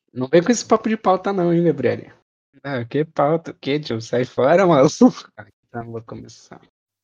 Não vem com esse papo de pauta não, hein, Gabriele? Ah, que pauta? O que, tio? Sai fora, maluco. Então, vou começar.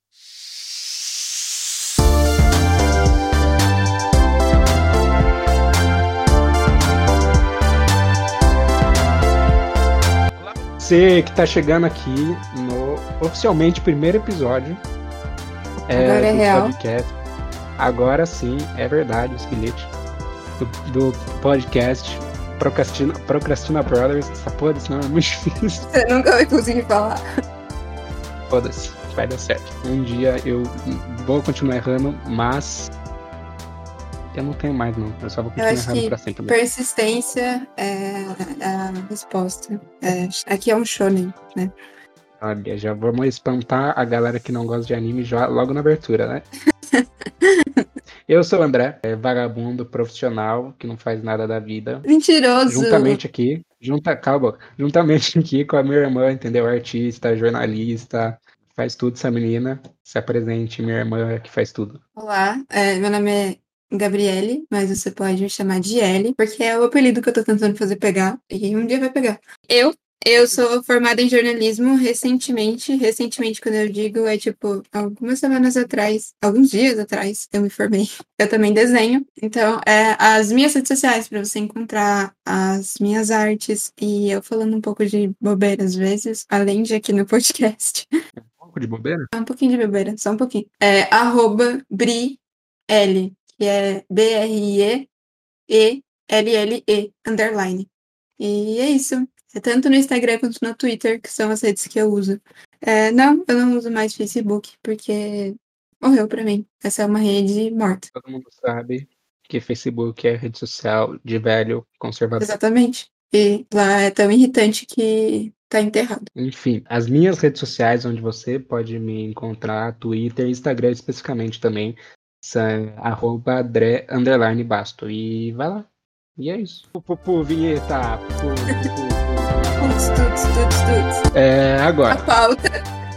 Olá, você que tá chegando aqui no oficialmente primeiro episódio Agora é do real. podcast. Agora sim, é verdade, os bilhetes do podcast Procrastina Brothers. Essa porra desse nome é muito difícil. Você nunca vai conseguir falar. Foda-se, vai dar certo. Um dia eu vou continuar errando, mas eu não tenho mais, não. Eu só vou Eu continuar acho errando que pra sempre. persistência é a resposta. Aqui é um shonen, né? Olha, já vamos espantar a galera que não gosta de anime já logo na abertura, né? Eu sou o André, vagabundo profissional que não faz nada da vida. Mentiroso! Juntamente aqui com a minha irmã, entendeu? Artista, jornalista, faz tudo essa menina. Se apresente, minha irmã que faz tudo. Olá, meu nome é Gabriele, mas você pode me chamar de Ellie, porque é o apelido que eu tô tentando fazer pegar, e um dia vai pegar. Eu sou formada em jornalismo recentemente, quando eu digo, é tipo, algumas semanas atrás, alguns dias atrás, eu me formei. Eu também desenho, então as minhas redes sociais para você encontrar as minhas artes e eu falando um pouco de bobeira às vezes, além de aqui no podcast. Um pouco de bobeira? Um pouquinho de bobeira, só um pouquinho. @BriL, que é BRIEELLE, underline. E é isso. É tanto no Instagram quanto no Twitter, que são as redes que eu uso. Não, eu não uso mais Facebook, porque morreu pra mim. Essa é uma rede morta. Todo mundo sabe que Facebook é rede social de velho conservador. Exatamente. E lá é tão irritante que tá enterrado. Enfim, as minhas redes sociais, onde você pode me encontrar, Twitter e Instagram especificamente também, são @André_Basto. E vai lá. E é isso. Vinheta. Tuts. A Agora, pauta.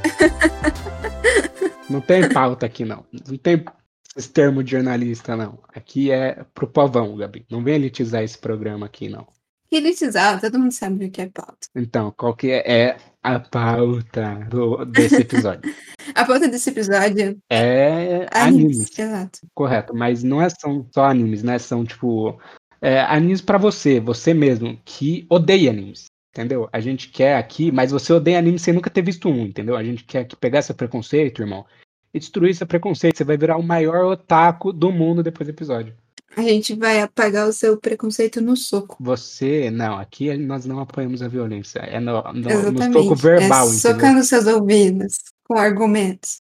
não tem pauta aqui, não. Não tem esse termo de jornalista, não. Aqui é pro povão, Gabi. Não vem elitizar esse programa aqui, não. Elitizado, todo mundo sabe o que é pauta. Então, qual que é a pauta desse episódio? A pauta desse episódio É animes, animes. exato. Correto, mas não são só animes, né? São, tipo, animes pra você mesmo, que odeia animes, entendeu? A gente quer aqui, mas você odeia anime sem nunca ter visto um, entendeu? A gente quer aqui pegar esse preconceito, irmão, e destruir esse preconceito. Você vai virar o maior otaku do mundo depois do episódio. A gente vai apagar o seu preconceito no soco. Não, aqui nós não apoiamos a violência. É no soco Exatamente. verbal, entendeu? Socando seus ouvidos com argumentos.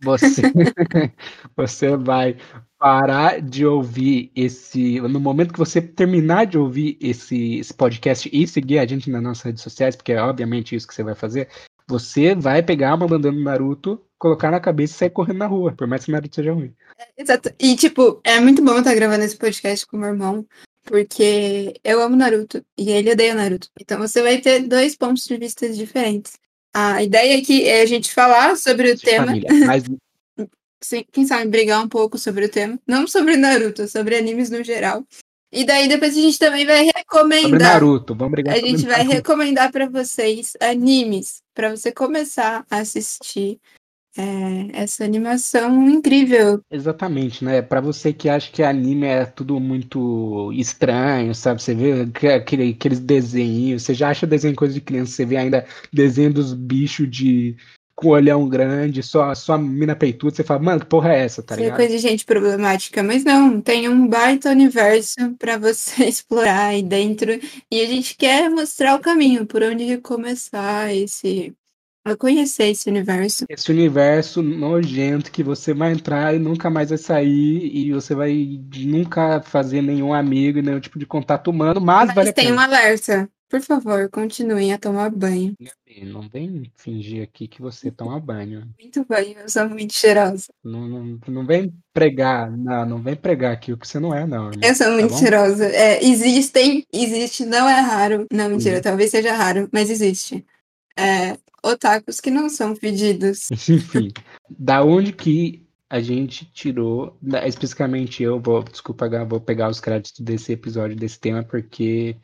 Você vai parar de ouvir esse. No momento que você terminar de ouvir esse podcast e seguir a gente nas nossas redes sociais, porque é obviamente isso que você vai fazer, você vai pegar uma bandana do Naruto, colocar na cabeça e sair correndo na rua, por mais que o Naruto seja ruim. Exato. E, tipo, é muito bom estar gravando esse podcast com meu irmão, porque eu amo Naruto e ele odeia Naruto. Então você vai ter dois pontos de vista diferentes. A ideia aqui é a gente falar sobre o De tema. família. Mas Sim, quem sabe brigar um pouco sobre o tema. Não sobre Naruto, sobre animes no geral. E daí depois a gente também vai sobre recomendar. Naruto, vamos brigar A sobre gente vai Naruto. recomendar para vocês animes, para você começar a assistir essa animação incrível. Exatamente, né? Pra você que acha que anime é tudo muito estranho, sabe? Você vê aqueles desenhos, você já acha desenho coisa de criança, você vê ainda desenho dos bichos com olhão grande, só mina peituda, você fala, mano, que porra é essa, tá Isso é ligado? coisa de gente problemática, mas não, tem um baita universo para você explorar aí dentro. E a gente quer mostrar o caminho por onde começar a conhecer esse universo. Esse universo nojento que você vai entrar e nunca mais vai sair, e você vai nunca fazer nenhum amigo, nenhum tipo de contato humano, mas vale a tem um pena. alerta. Por favor, continuem a tomar banho. Gabi, não vem fingir aqui que você toma banho. Muito banho, eu sou muito cheirosa. Não vem pregar, não vem pregar aqui o que você não é, não, irmão. Eu sou Tá muito bom? cheirosa. Existe, não é raro. Não, mentira, talvez seja raro, mas existe. Otakus que não são pedidos. Enfim, da onde que a gente tirou, especificamente desculpa, Gá, vou pegar os créditos desse episódio, desse tema, porque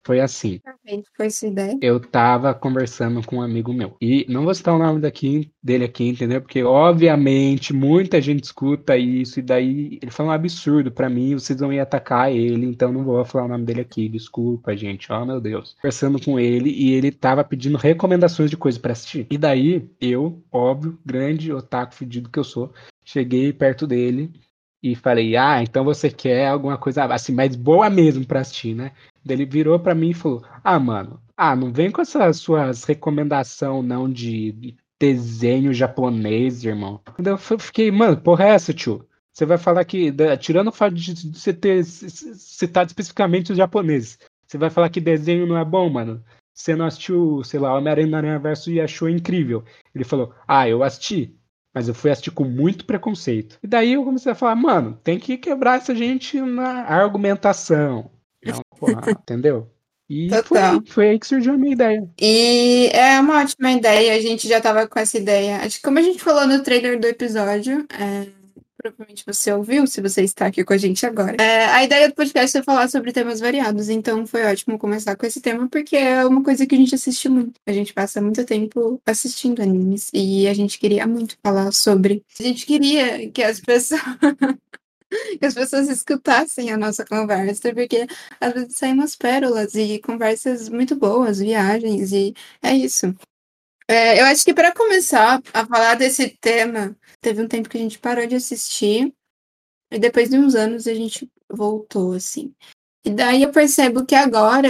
Foi assim. Perfeito, foi essa ideia. Eu tava conversando com um amigo meu. E não vou citar o nome dele aqui, entendeu? Porque, obviamente, muita gente escuta isso, e daí ele fala um absurdo pra mim, vocês vão ir atacar ele, então não vou falar o nome dele aqui. Desculpa, gente. Oh, meu Deus. Conversando com ele, e ele tava pedindo recomendações de coisa pra assistir. E daí, eu, óbvio, grande otaku fedido que eu sou, cheguei perto dele e falei: Ah, então você quer alguma coisa assim, mais boa mesmo pra assistir, né? Daí ele virou pra mim e falou: Ah, mano, não vem com essas suas recomendações não de desenho japonês, irmão. Daí eu fiquei, mano, porra é essa, tio? Você vai falar que, tirando o fato de você ter citado especificamente os japoneses, você vai falar que desenho não é bom, mano? Você não assistiu, sei lá, Homem-Aranha no Aranha Verso e achou incrível. Ele falou: eu assisti, mas eu fui assistir com muito preconceito. E daí eu comecei a falar: mano, tem que quebrar essa gente na argumentação. Não, porra, entendeu? E Total. foi aí que surgiu a minha ideia. E é uma ótima ideia, a gente já tava com essa ideia. Acho que como a gente falou no trailer do episódio, provavelmente você ouviu, se você está aqui com a gente agora. A ideia do podcast é falar sobre temas variados, então foi ótimo começar com esse tema, porque é uma coisa que a gente assiste muito. A gente passa muito tempo assistindo animes, e a gente queria muito falar sobre. A gente queria que as pessoas que as pessoas escutassem a nossa conversa, porque às vezes saem umas pérolas e conversas muito boas, viagens, e é isso. Eu acho que para começar a falar desse tema, teve um tempo que a gente parou de assistir, e depois de uns anos a gente voltou, assim. E daí eu percebo que agora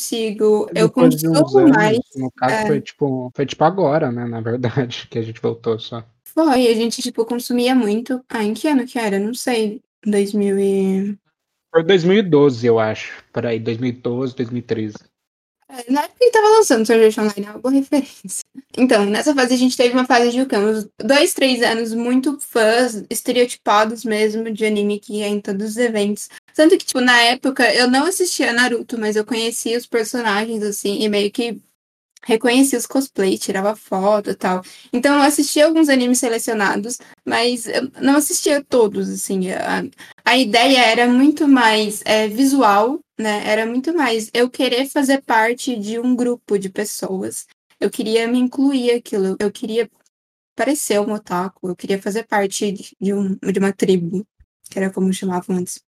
eu Depois de uns consumo mais. anos, no caso, foi tipo agora, né? Na verdade, que a gente voltou só. Foi, a gente, tipo, consumia muito. Em que ano que era? Não sei. 2000 e... Foi 2012, eu acho. Por aí, 2012, 2013. Na época que tava lançando Sword Art Online, é uma boa referência. Então, nessa fase a gente teve uma fase de o quê? Uns 2, 3 anos muito fãs, estereotipados mesmo, de anime que ia em todos os eventos. Tanto que, tipo, na época eu não assistia Naruto, mas eu conhecia os personagens, assim, e meio que reconhecia os cosplays, tirava foto e tal. Então eu assistia alguns animes selecionados, mas eu não assistia todos, assim. A ideia era muito mais visual, né? Era muito mais eu querer fazer parte de um grupo de pessoas. Eu queria me incluir aquilo, eu queria parecer um otaku, eu queria fazer parte de uma tribo, que era como chamavam antes.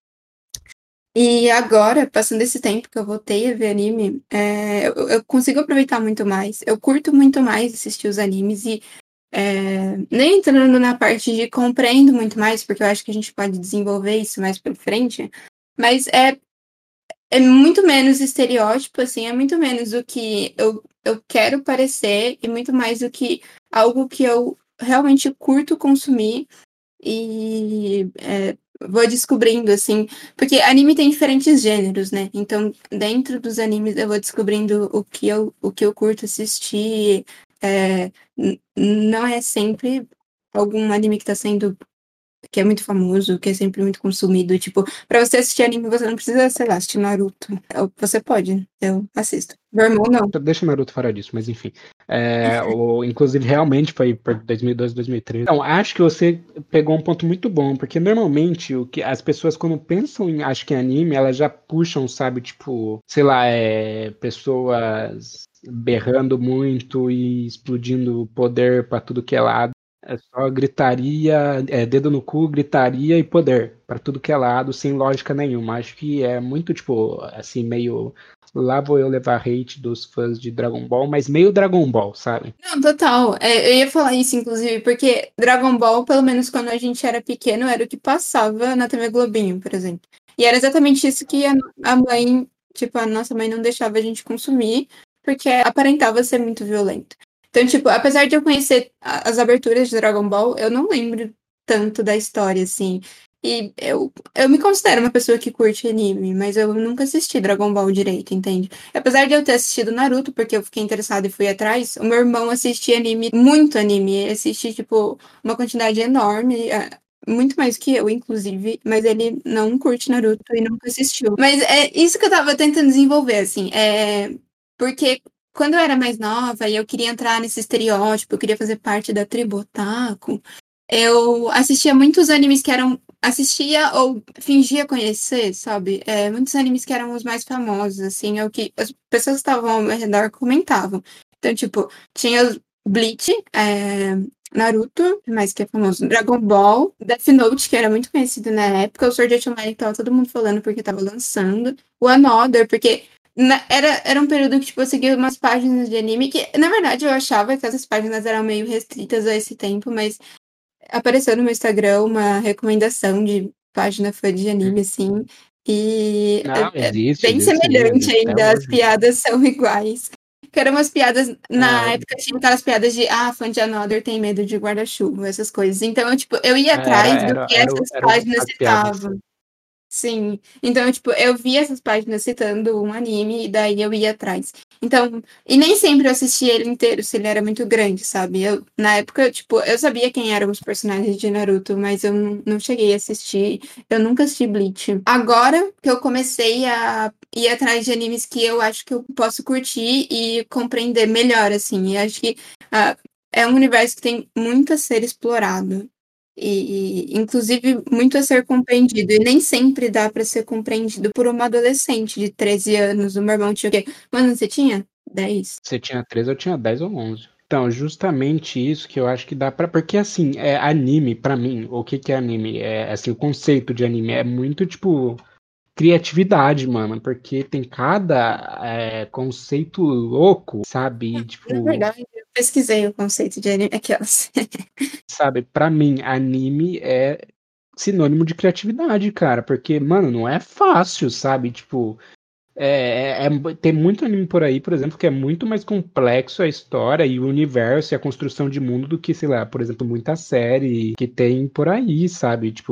E agora, passando esse tempo que eu voltei a ver anime, eu consigo aproveitar muito mais. Eu curto muito mais assistir os animes e nem entrando na parte de compreendo muito mais, porque eu acho que a gente pode desenvolver isso mais pra frente, mas é muito menos estereótipo, assim, é muito menos o que eu quero parecer e muito mais do que algo que eu realmente curto consumir e vou descobrindo, assim, porque anime tem diferentes gêneros, né? Então, dentro dos animes eu vou descobrindo o que eu curto assistir. Não é sempre algum anime que é muito famoso, que é sempre muito consumido. Tipo, pra você assistir anime, você não precisa, sei lá, assistir Naruto. Você pode, eu assisto. Meu irmão, não. Deixa o Naruto fora disso, mas enfim. Inclusive, realmente foi por 2012, 2013. Então, acho que você pegou um ponto muito bom, porque normalmente o que as pessoas, quando pensam em, acho que em anime, elas já puxam, sabe, tipo, sei lá, pessoas berrando muito e explodindo poder pra tudo que é lado. É só gritaria, dedo no cu, gritaria e poder pra tudo que é lado, sem lógica nenhuma. Acho que é muito, tipo, assim, meio. Lá vou eu levar hate dos fãs de Dragon Ball, mas meio Dragon Ball, sabe? Não, total. Eu ia falar isso, inclusive, porque Dragon Ball, pelo menos quando a gente era pequeno, era o que passava na TV Globinho, por exemplo. E era exatamente isso que a mãe, tipo, a nossa mãe não deixava a gente consumir, porque aparentava ser muito violento. Então, tipo, apesar de eu conhecer as aberturas de Dragon Ball, eu não lembro tanto da história, assim. E eu me considero uma pessoa que curte anime, mas eu nunca assisti Dragon Ball direito, entende? Apesar de eu ter assistido Naruto, porque eu fiquei interessada e fui atrás, o meu irmão assistia anime, muito anime. Ele assiste, tipo, uma quantidade enorme, muito mais que eu, inclusive, mas ele não curte Naruto e nunca assistiu. Mas é isso que eu tava tentando desenvolver, assim, porque quando eu era mais nova e eu queria entrar nesse estereótipo, eu queria fazer parte da tribo otaku, eu assistia muitos animes que eram assistia ou fingia conhecer, sabe? Muitos animes que eram os mais famosos, assim, é o que as pessoas que estavam ao meu redor comentavam. Então, tipo, tinha os Bleach, Naruto, mais que é famoso, Dragon Ball, Death Note, que era muito conhecido na época, o Sword Art Online, que tava todo mundo falando porque tava lançando, o Another, porque era um período que, tipo, eu seguia umas páginas de anime que, na verdade, eu achava que essas páginas eram meio restritas a esse tempo, mas apareceu no meu Instagram uma recomendação de página fã de anime, assim, e Não, é existe, bem existe sim, semelhante existe até ainda, as hoje. piadas são iguais. Que eram umas piadas, na É, época tinha aquelas piadas de, fã de Another tem medo de guarda-chuva, essas coisas. Então, eu ia era, atrás do era, que era, essas eram páginas as piadas. citavam. Sim. Então, eu via essas páginas citando um anime e daí eu ia atrás. Então, e nem sempre eu assistia ele inteiro, se ele era muito grande, sabe? Na época, eu sabia quem eram os personagens de Naruto, mas eu não cheguei a assistir. Eu nunca assisti Bleach. Agora que eu comecei a ir atrás de animes que eu acho que eu posso curtir e compreender melhor, assim. E acho que é um universo que tem muito a ser explorado. Inclusive, muito a ser compreendido. E nem sempre dá para ser compreendido por uma adolescente de 13 anos. O meu irmão tinha o quê? Quando você tinha? 10? Você tinha 13, eu tinha 10 ou 11. Então, justamente isso que eu acho que dá pra. Porque, assim, anime, pra mim, o que que é anime? Assim, o conceito de anime é muito, tipo, criatividade, mano. Porque tem cada conceito louco, sabe? E, Na tipo, verdade, eu pesquisei o conceito de anime. Aquelas. sabe, pra mim, anime é sinônimo de criatividade, cara. Porque, mano, não é fácil, sabe? Tipo. Tem muito anime por aí, por exemplo, que é muito mais complexo a história e o universo e a construção de mundo do que, sei lá, por exemplo, muita série que tem por aí, sabe? Tipo,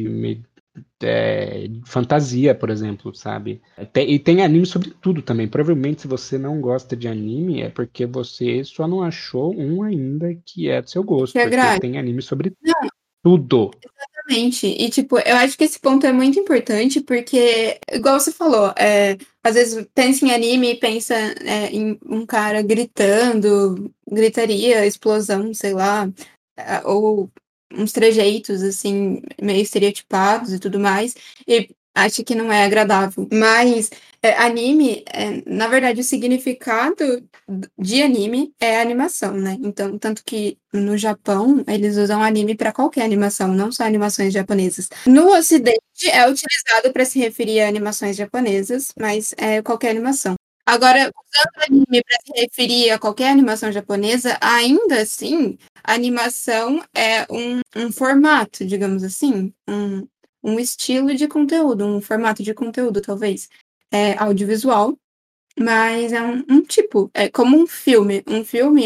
de fantasia, por exemplo, sabe? E tem anime sobre tudo também. Provavelmente, se você não gosta de anime, é porque você só não achou um ainda que é do seu gosto, Que porque agrade. tem anime sobre Não, tudo. exatamente. E, eu acho que esse ponto é muito importante porque, igual você falou, às vezes pensa em anime e pensa em um cara gritando, gritaria, explosão, sei lá, ou uns trejeitos, assim, meio estereotipados e tudo mais, e acha que não é agradável. Mas anime, na verdade, o significado de anime é animação, né? Então, tanto que no Japão, eles usam anime para qualquer animação, não só animações japonesas. No Ocidente, é utilizado para se referir a animações japonesas, mas é qualquer animação. Agora, usando anime para se referir a qualquer animação japonesa, ainda assim, a animação é um formato, digamos assim, um estilo de conteúdo, um formato de conteúdo, talvez, audiovisual, mas é um tipo, é como um filme. Um filme,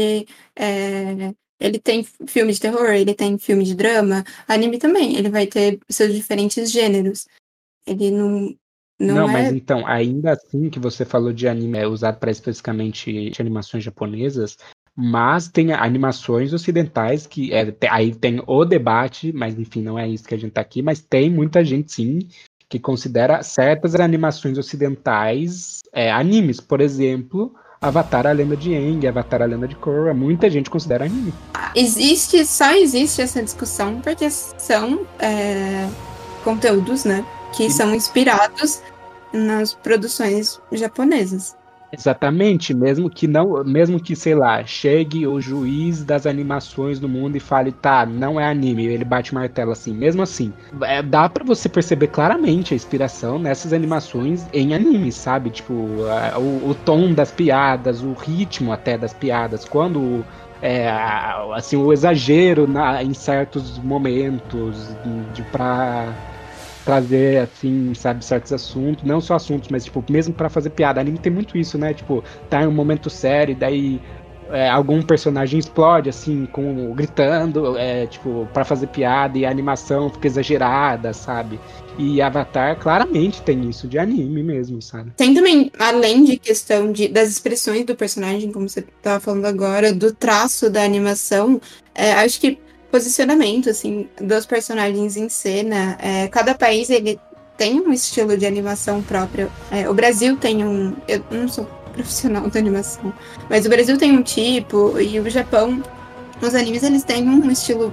ele tem filme de terror, ele tem filme de drama, anime também, ele vai ter seus diferentes gêneros. Ele não Não, mas é. então, ainda assim que você falou de anime usado para especificamente de animações japonesas, mas tem animações ocidentais que aí tem o debate, mas enfim, não é isso que a gente tá aqui, mas tem muita gente sim que considera certas animações ocidentais animes, por exemplo, Avatar, a Lenda de Aang, Avatar, a Lenda de Korra, muita gente considera anime. Só existe essa discussão porque são conteúdos, né, que E são inspirados nas produções japonesas. exatamente, mesmo que não, mesmo que, sei lá, chegue o juiz das animações do mundo e fale, tá, não é anime, ele bate o martelo assim, mesmo assim, dá pra você perceber claramente a inspiração nessas animações em anime, sabe? Tipo, o tom das piadas, o ritmo até das piadas, quando assim, o exagero em certos momentos pra trazer, assim, sabe, certos assuntos, não só assuntos, mas, tipo, mesmo pra fazer piada. Anime tem muito isso, né? Tipo, tá em um momento sério, e daí algum personagem explode, assim, gritando, tipo, pra fazer piada, e a animação fica exagerada, sabe? E Avatar claramente tem isso de anime mesmo, sabe? Tem também, além de questão das expressões do personagem, como você estava falando agora, do traço da animação, acho que posicionamento, assim, dos personagens em cena, cada país, ele tem um estilo de animação próprio. O Brasil tem eu não sou profissional da animação, mas o Brasil tem um tipo, e o Japão, os animes, eles têm um estilo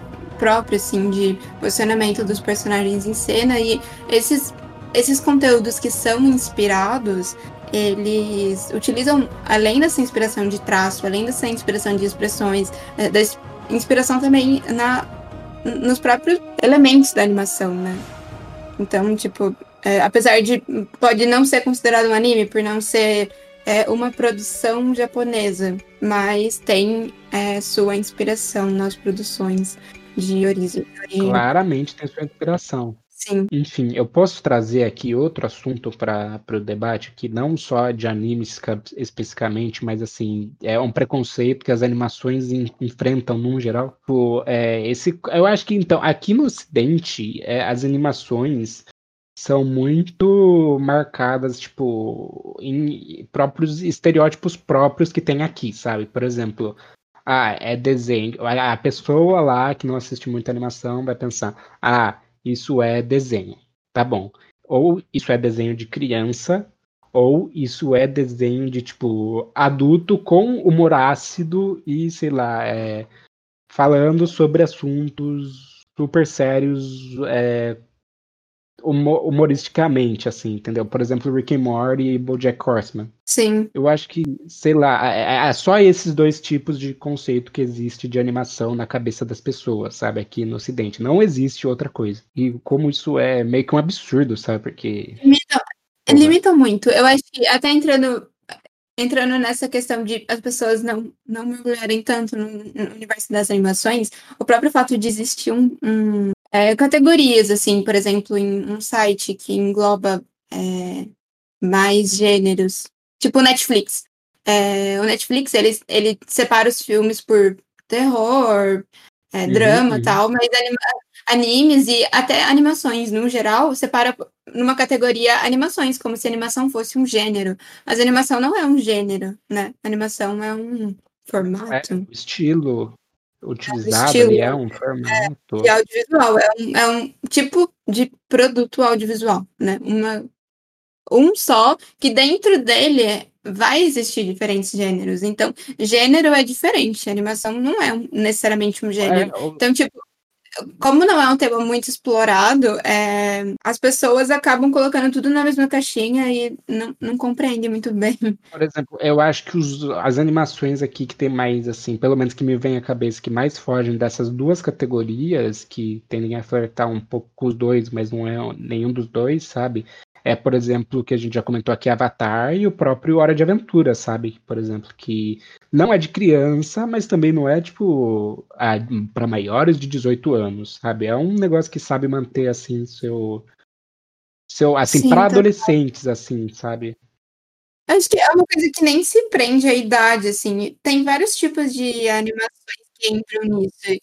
próprio, assim, de posicionamento dos personagens em cena. E esses conteúdos que são inspirados, eles utilizam, além dessa inspiração de traço, além dessa inspiração de expressões, da inspiração também nos próprios elementos da animação, né? Então, tipo, apesar de pode não ser considerado um anime por não ser uma produção japonesa, mas tem sua inspiração nas produções de origem. Claramente tem sua inspiração. Sim. Enfim, eu posso trazer aqui outro assunto para o debate, que não só de animes especificamente, mas assim, é um preconceito que as animações enfrentam no geral. Eu acho que então, aqui no Ocidente, as animações são muito marcadas, tipo, em próprios estereótipos próprios que tem aqui, sabe? Por exemplo, é desenho. A pessoa lá que não assiste muita animação vai pensar, isso é desenho, tá bom. Ou isso é desenho de criança, ou isso é desenho de, tipo, adulto com humor ácido e, sei lá, falando sobre assuntos super sérios, humoristicamente, assim, entendeu? Por exemplo, Rick and Morty e BoJack Horseman. Sim. Eu acho que, sei lá, é só esses dois tipos de conceito que existe de animação na cabeça das pessoas, sabe? Aqui no Ocidente. Não existe outra coisa. E como isso é meio que um absurdo, sabe? Porque. Limitam muito. Eu acho que até entrando nessa questão de as pessoas não mergulharem tanto no universo das animações, o próprio fato de existir categorias, assim, por exemplo, em um site que engloba mais gêneros, tipo o Netflix. O Netflix, ele separa os filmes por terror, drama e tal, mas animes e até animações, no geral, separa numa categoria animações, como se animação fosse um gênero. Mas animação não é um gênero, né? Animação é um formato. O estilo utilizado estilo, ali é um formato. de audiovisual. É um tipo de produto audiovisual, né? Um só, que dentro dele vai existir diferentes gêneros. Então, gênero é diferente. Animação não é necessariamente um gênero. Então, tipo, como não é um tema muito explorado, as pessoas acabam colocando tudo na mesma caixinha e não compreendem muito bem. Por exemplo, eu acho que as animações aqui que tem mais, assim, pelo menos que me vem à cabeça, que mais fogem dessas duas categorias, que tendem a flertar um pouco com os dois, mas não é nenhum dos dois, sabe? Por exemplo, o que a gente já comentou aqui, Avatar e o próprio Hora de Aventura, sabe? Por exemplo, que não é de criança, mas também não é, tipo, para maiores de 18 anos, sabe? É um negócio que sabe manter, assim, assim, para adolescentes, assim, sabe? Acho que é uma coisa que nem se prende à idade, assim. Tem vários tipos de animações que entram nisso.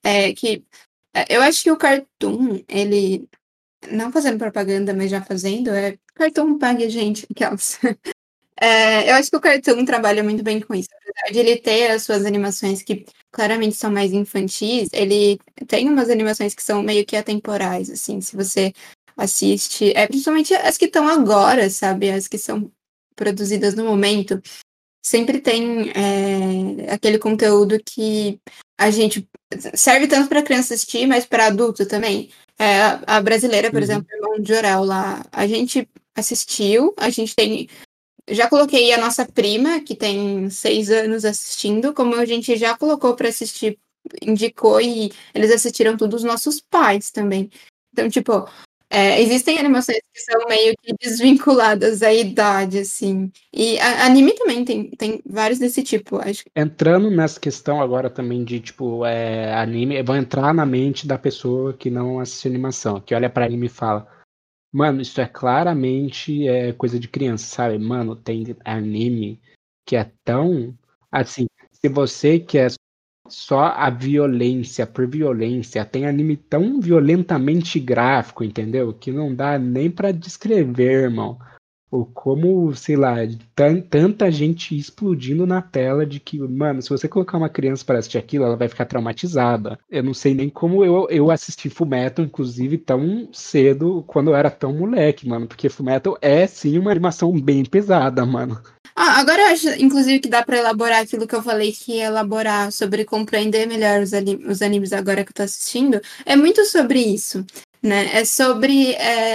Eu acho que o Cartoon, ele... Não fazendo propaganda, mas já fazendo, Cartoon pague a gente, aquelas. Eu acho que o Cartoon trabalha muito bem com isso. Apesar de ele ter as suas animações que claramente são mais infantis, ele tem umas animações que são meio que atemporais, assim. Se você assiste... principalmente as que estão agora, sabe? As que são produzidas no momento. Sempre tem aquele conteúdo que a gente serve tanto para criança assistir, mas para adulto também. A brasileira, por exemplo, Irmão de Jorel lá, a gente assistiu, a gente tem... Já coloquei a nossa prima, que tem 6 anos assistindo, como a gente já colocou para assistir, indicou, e eles assistiram todos os nossos pais também. Então, tipo, existem animações que são meio que desvinculadas à idade, assim. E anime também tem vários desse tipo, acho. Entrando nessa questão agora também de, tipo, anime, vão entrar na mente da pessoa que não assiste animação, que olha pra anime e fala, mano, isso é claramente coisa de criança, sabe? Mano, tem anime que é tão, assim, se você quer só a violência por violência, tem anime tão violentamente gráfico, entendeu? Que não dá nem pra descrever, irmão. Ou como, sei lá, tanta gente explodindo na tela de que, mano, se você colocar uma criança para assistir aquilo, ela vai ficar traumatizada. Eu não sei nem como eu assisti Fullmetal, inclusive, tão cedo, quando eu era tão moleque, mano. Porque Fullmetal é, sim, uma animação bem pesada, mano. Agora eu acho, inclusive, que dá pra elaborar aquilo que eu falei que ia elaborar sobre compreender melhor os animes agora que eu tô assistindo. É muito sobre isso, né? É sobre.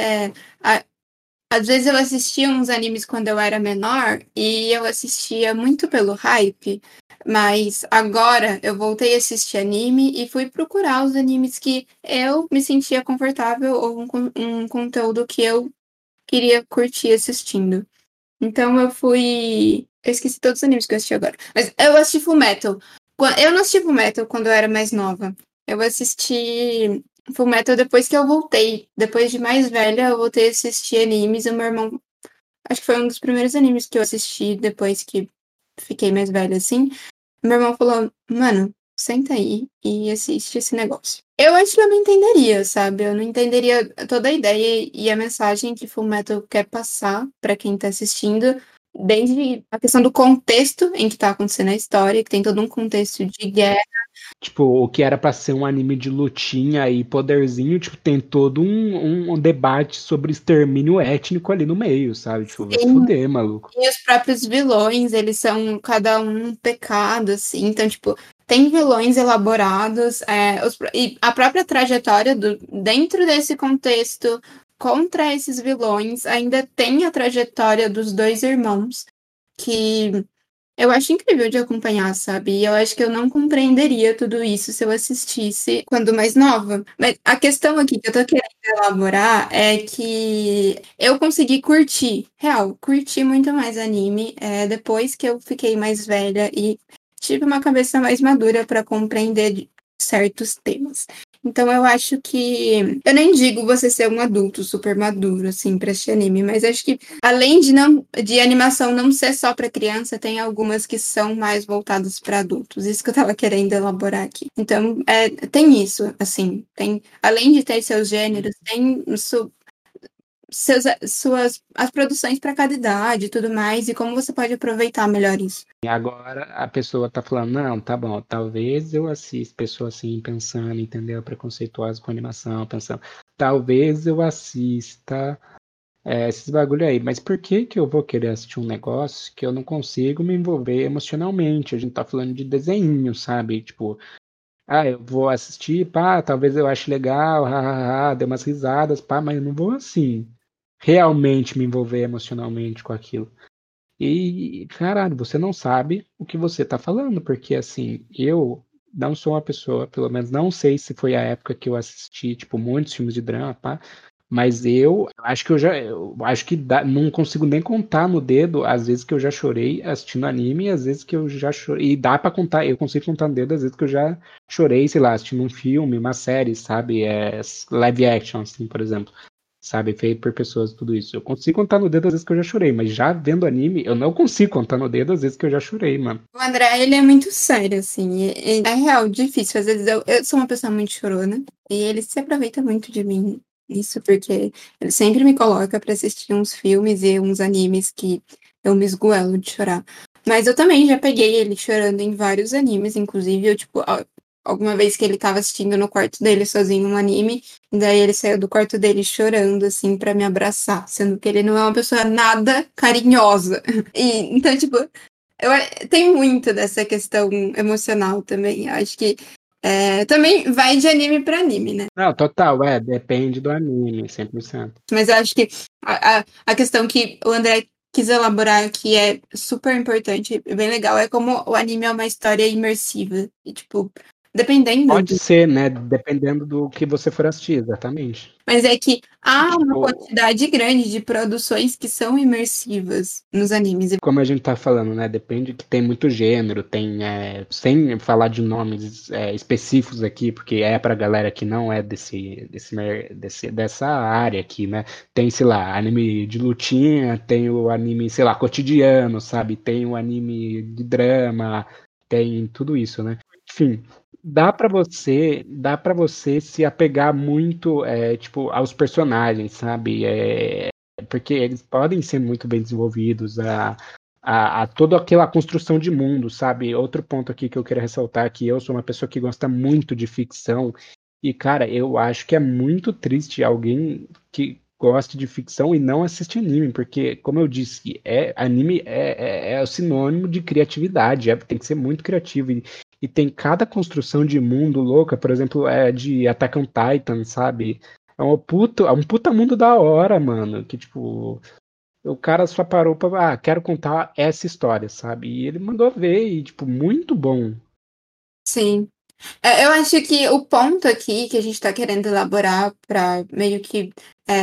Às vezes eu assistia uns animes quando eu era menor e eu assistia muito pelo hype, mas agora eu voltei a assistir anime e fui procurar os animes que eu me sentia confortável ou um conteúdo que eu queria curtir assistindo. Então eu fui. Eu esqueci todos os animes que eu assisti agora. Mas eu assisti Fullmetal. Eu não assisti Fullmetal quando eu era mais nova. Eu assisti Fullmetal depois que eu voltei. Depois de mais velha, eu voltei a assistir animes. O meu irmão. Acho que foi um dos primeiros animes que eu assisti depois que fiquei mais velha, assim. Meu irmão falou: Mano, senta aí e assiste esse negócio. Eu acho que eu não entenderia, sabe? Eu não entenderia toda a ideia e a mensagem que Fullmetal quer passar pra quem tá assistindo, desde a questão do contexto em que tá acontecendo a história, que tem todo um contexto de guerra. Tipo, o que era pra ser um anime de lutinha e poderzinho, tipo, tem todo um debate sobre extermínio étnico ali no meio, sabe? Tipo, vai se fuder, maluco. E os próprios vilões, eles são cada um pecado, assim. Então, tipo, tem vilões elaborados, e a própria trajetória dentro desse contexto contra esses vilões, ainda tem a trajetória dos dois irmãos, que eu acho incrível de acompanhar, sabe? E eu acho que eu não compreenderia tudo isso se eu assistisse quando mais nova. Mas a questão aqui que eu tô querendo elaborar é que eu consegui curtir, real, curti muito mais anime, depois que eu fiquei mais velha e tive uma cabeça mais madura para compreender certos temas. Então eu acho que eu nem digo você ser um adulto super maduro assim para assistir anime, mas acho que além de animação não ser só para criança, tem algumas que são mais voltadas para adultos. Isso que eu tava querendo elaborar aqui. Então, tem isso, assim, tem além de ter seus gêneros, tem as produções para cada idade e tudo mais, e como você pode aproveitar melhor isso. E agora a pessoa tá falando, não, tá bom, talvez eu assista pessoa assim, pensando, entendeu? Preconceituosa com animação, pensando, talvez eu assista esses bagulho aí, mas por que que eu vou querer assistir um negócio que eu não consigo me envolver emocionalmente? A gente tá falando de desenho, sabe? Tipo, eu vou assistir, pá, talvez eu ache legal, hahaha, dê umas risadas, pá, mas eu não vou assim realmente me envolver emocionalmente com aquilo. E, caralho, você não sabe o que você tá falando, porque assim, eu não sou uma pessoa, pelo menos não sei se foi a época que eu assisti, tipo, muitos filmes de drama, pá, mas eu acho que eu acho que não consigo nem contar no dedo as vezes que eu já chorei assistindo anime, e as vezes que eu já chorei, e dá pra contar, eu consigo contar no dedo as vezes que eu já chorei, sei lá, assistindo um filme, uma série, sabe, live action, assim, por exemplo. Sabe, feito por pessoas, tudo isso. Eu consigo contar no dedo as vezes que eu já chorei, mas já vendo anime, eu não consigo contar no dedo as vezes que eu já chorei, mano. O André, ele é muito sério, assim, e é real, difícil. Às vezes eu sou uma pessoa muito chorona, e ele se aproveita muito de mim, isso porque ele sempre me coloca pra assistir uns filmes e uns animes que eu me esgoelo de chorar. Mas eu também já peguei ele chorando em vários animes, inclusive, alguma vez que ele tava assistindo no quarto dele sozinho um anime, e daí ele saiu do quarto dele chorando, assim, pra me abraçar, sendo que ele não é uma pessoa nada carinhosa. E, então, tipo, tem muito dessa questão emocional também. Eu acho que também vai de anime pra anime, né? Não, total, depende do anime, 100%. Mas eu acho que a questão que o André quis elaborar, que é super importante e bem legal, é como o anime é uma história imersiva. E, tipo, dependendo Pode ser, né? Dependendo do que você for assistir, exatamente. Mas é que há uma Tipo, quantidade grande de produções que são imersivas nos animes. como a gente tá falando, né? Depende que tem muito gênero, tem, sem falar de nomes específicos aqui, porque é pra galera que não é dessa área aqui, né? Tem, sei lá, anime de lutinha, tem o anime, sei lá, cotidiano, sabe? Tem o anime de drama, tem tudo isso, né? Enfim, dá pra você se apegar muito, tipo, aos personagens, sabe? Porque eles podem ser muito bem desenvolvidos, a toda aquela construção de mundo, sabe? Outro ponto aqui que eu quero ressaltar é que eu sou uma pessoa que gosta muito de ficção e, cara, eu acho que é muito triste alguém que goste de ficção e não assiste anime, porque, como eu disse, anime é o sinônimo de criatividade, tem que ser muito criativo, e tem cada construção de mundo louca, por exemplo, de Attack on Titan, sabe? É um puta mundo da hora, mano, que, tipo, o cara só parou pra, quero contar essa história, sabe? E ele mandou ver, e, tipo, muito bom. Sim. Eu acho que o ponto aqui que a gente tá querendo elaborar para meio que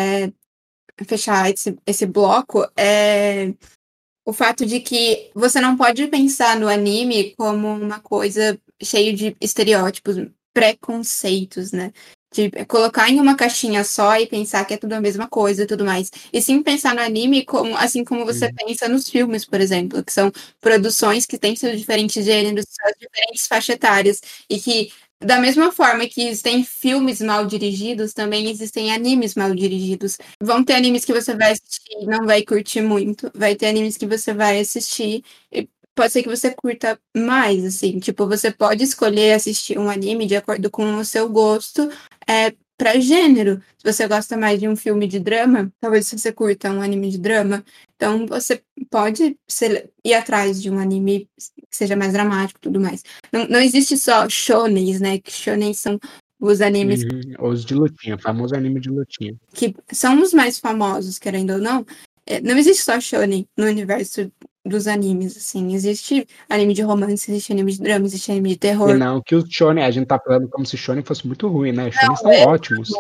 fechar esse bloco é o fato de que você não pode pensar no anime como uma coisa cheia de estereótipos, preconceitos, né? De colocar em uma caixinha só e pensar que é tudo a mesma coisa e tudo mais. E sim pensar no anime como, assim como você pensa nos filmes, por exemplo, que são produções que têm seus diferentes gêneros, suas diferentes faixas etárias, e que da mesma forma que existem filmes mal dirigidos, também existem animes mal dirigidos. Vão ter animes que você vai assistir e não vai curtir muito. Vai ter animes que você vai assistir e pode ser que você curta mais, assim. Tipo, você pode escolher assistir um anime de acordo com o seu gosto para gênero. Se você gosta mais de um filme de drama, talvez você curta um anime de drama. Então, você pode ir atrás de um anime que seja mais dramático e tudo mais. Não existe só shonens, né? Que shonens são os animes Os de lutinha, famoso anime de lutinha. que são os mais famosos, querendo ou não. Não existe só shonen no universo dos animes, assim. Existe anime de romance, existe anime de drama, existe anime de E terror. não que o shonen, a gente tá falando como se shonen fosse muito ruim, né? Shonen são Não, ótimos.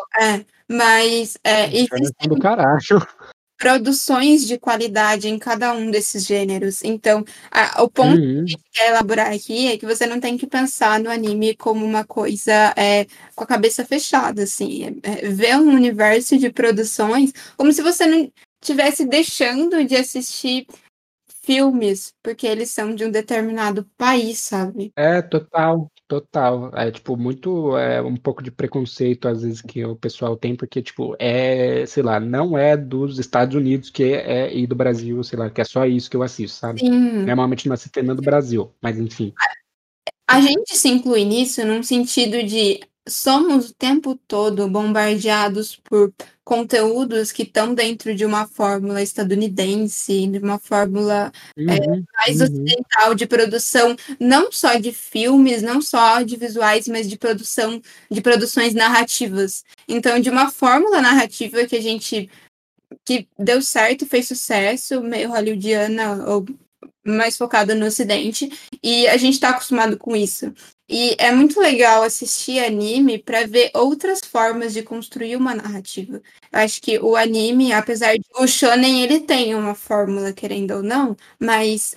mas Shonen são do existem caralho. produções de qualidade em cada um desses gêneros. Então, o ponto que a gente quer elaborar aqui é que você não tem que pensar no anime como uma coisa com a cabeça fechada, assim. Ver um universo de produções como se você não estivesse deixando de assistir filmes, porque eles são de um determinado país, sabe? Total, total. É, tipo, um pouco de preconceito, às vezes, que o pessoal tem, porque, tipo, sei lá, não é dos Estados Unidos e do Brasil, sei lá, que é só isso que eu assisto, sabe? Sim. Normalmente não assisto nada do Brasil, mas enfim. A gente se inclui nisso num sentido de somos o tempo todo bombardeados por conteúdos que estão dentro de uma fórmula estadunidense, de uma fórmula mais Uhum. ocidental de produção, não só de filmes, não só de visuais, mas de produção, de produções narrativas. Então, de uma fórmula narrativa que deu certo, fez sucesso, meio hollywoodiana ou mais focada no Ocidente, e a gente tá acostumado com isso. E é muito legal assistir anime para ver outras formas de construir uma narrativa. Eu acho que o anime, apesar de o shonen, ele tem uma fórmula, querendo ou não, mas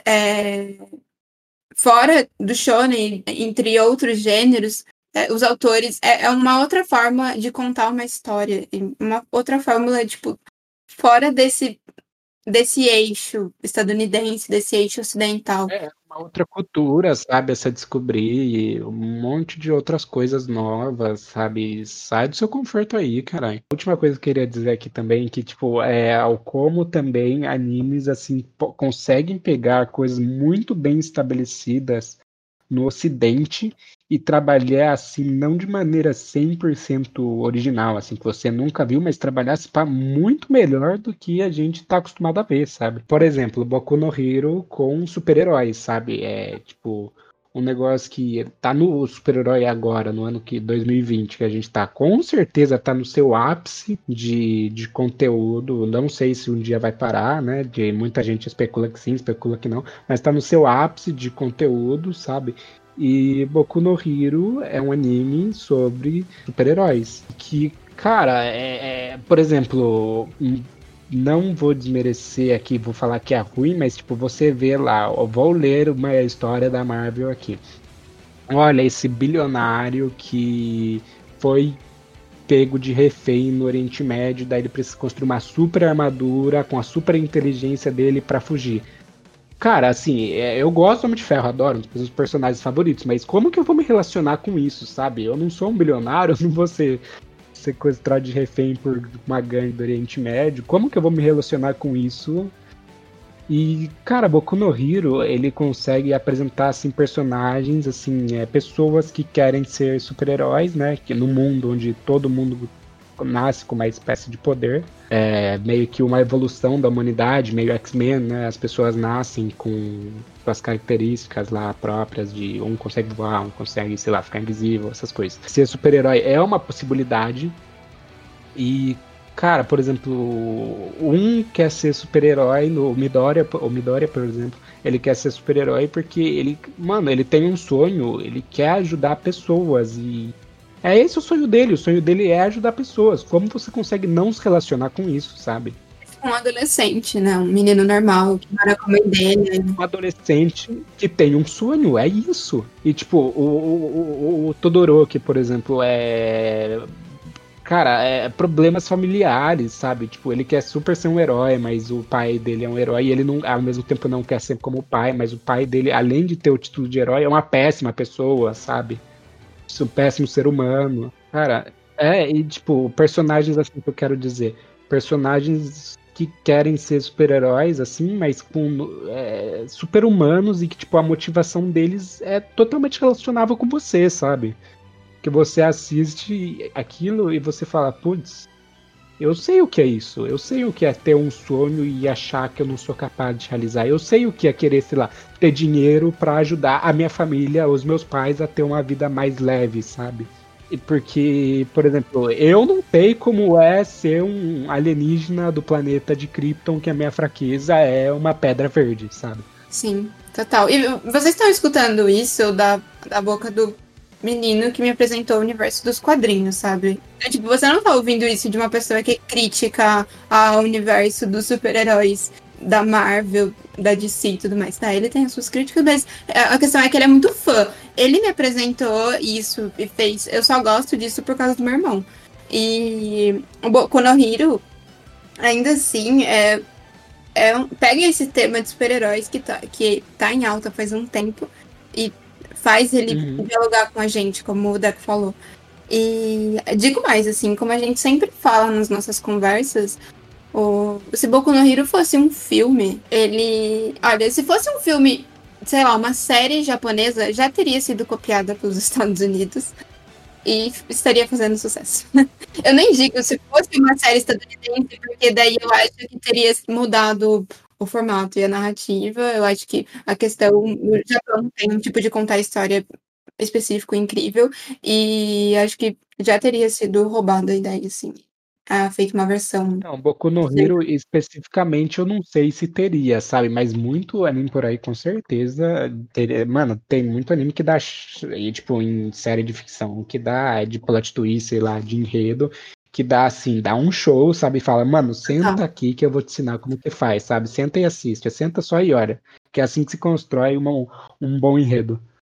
fora do shonen, entre outros gêneros, os autores é uma outra forma de contar uma história, uma outra fórmula, tipo, fora desse eixo estadunidense, desse eixo ocidental. Uma outra cultura, sabe? Essa descobrir um monte de outras coisas novas, sabe? Sai do seu conforto aí, caralho. A última coisa que eu queria dizer aqui também, que, tipo, ao como também animes, assim, conseguem pegar coisas muito bem estabelecidas no Ocidente e trabalhar assim, não de maneira 100% original, assim, que você nunca viu, mas trabalhasse para muito melhor do que a gente tá acostumado a ver, sabe? Por exemplo, Boku no Hero com super-heróis, sabe? É tipo um negócio que tá no super-herói agora, no ano 2020, que a gente tá, com certeza tá no seu ápice de conteúdo. Não sei se um dia vai parar, né? Muita gente especula que sim, especula que não, mas tá no seu ápice de conteúdo, sabe? E Boku no Hero é um anime sobre super-heróis. Que, cara, por exemplo, não vou desmerecer aqui, vou falar que é ruim, mas tipo, você vê lá, eu vou ler uma história da Marvel aqui. Olha, esse bilionário que foi pego de refém no Oriente Médio, daí ele precisa construir uma super armadura com a super inteligência dele para fugir. Cara, assim, eu gosto do Homem de Ferro, adoro, um dos meus personagens favoritos, mas como que eu vou me relacionar com isso, sabe? Eu não sou um bilionário, eu não vou ser sequestrado de refém por uma gangue do Oriente Médio. Como que eu vou me relacionar com isso? E, cara, Boku no Hero, ele consegue apresentar, assim, personagens, assim, pessoas que querem ser super-heróis, né? Que no mundo onde todo mundo nasce com uma espécie de poder, meio que uma evolução da humanidade, meio X-Men, né? As pessoas nascem com as características lá próprias de um consegue voar, um consegue, sei lá, ficar invisível, essas coisas. Ser super-herói é uma possibilidade e, cara, por exemplo, um quer ser super-herói, o Midoriya, por exemplo, ele quer ser super-herói porque ele tem um sonho, ele quer ajudar pessoas e é esse o sonho dele é ajudar pessoas. Como você consegue não se relacionar com isso, sabe? Um adolescente, né? Um menino normal, que mora com a mãe dele. Um adolescente que tem um sonho, é isso. E tipo, o Todoroki, por exemplo, Cara, problemas familiares, sabe? Tipo, ele quer super ser um herói, mas o pai dele é um herói e ele não, ao mesmo tempo não quer ser como o pai, mas o pai dele, além de ter o título de herói, é uma péssima pessoa, sabe? Um péssimo ser humano. Cara, e tipo, personagens assim que eu quero dizer. Personagens que querem ser super-heróis, assim, mas com super-humanos e que, tipo, a motivação deles é totalmente relacionável com você, sabe? Que você assiste aquilo e você fala, putz, eu sei o que é isso. Eu sei o que é ter um sonho e achar que eu não sou capaz de realizar. Eu sei o que é querer, sei lá, ter dinheiro pra ajudar a minha família, os meus pais a ter uma vida mais leve, sabe? E porque, por exemplo, eu não sei como é ser um alienígena do planeta de Krypton, que a minha fraqueza é uma pedra verde, sabe? Sim, total. E vocês estão escutando isso da boca do menino que me apresentou o universo dos quadrinhos, sabe? Tipo, você não tá ouvindo isso de uma pessoa que critica ao universo dos super-heróis da Marvel, da DC e tudo mais, tá? Ele tem as suas críticas, mas a questão é que ele é muito fã. Ele me apresentou isso e fez... Eu só gosto disso por causa do meu irmão. E o Boku no Hero, ainda assim, pega esse tema de super-heróis que tá em alta faz um tempo e faz ele dialogar com a gente, como o Deco falou. E digo mais, assim, como a gente sempre fala nas nossas conversas, se Boku no Hero fosse um filme, olha, se fosse um filme, sei lá, uma série japonesa, já teria sido copiada pelos Estados Unidos e estaria fazendo sucesso. Eu nem digo se fosse uma série estadunidense, porque daí eu acho que teria mudado o formato e a narrativa. Eu acho que a questão... O Japão tem um tipo de contar história específico incrível, e acho que já teria sido roubada a ideia, assim. Feito uma versão. Não, Boku no Hero especificamente eu não sei se teria, sabe? Mas muito anime por aí com certeza teria. Mano, tem muito anime que dá, tipo, em série de ficção, que dá de plot twist, sei lá, de enredo, que dá assim, dá um show, sabe? E fala, mano, senta aqui que eu vou te ensinar como que faz, sabe? Senta e assiste, senta só e olha. Que é assim que se constrói um bom enredo.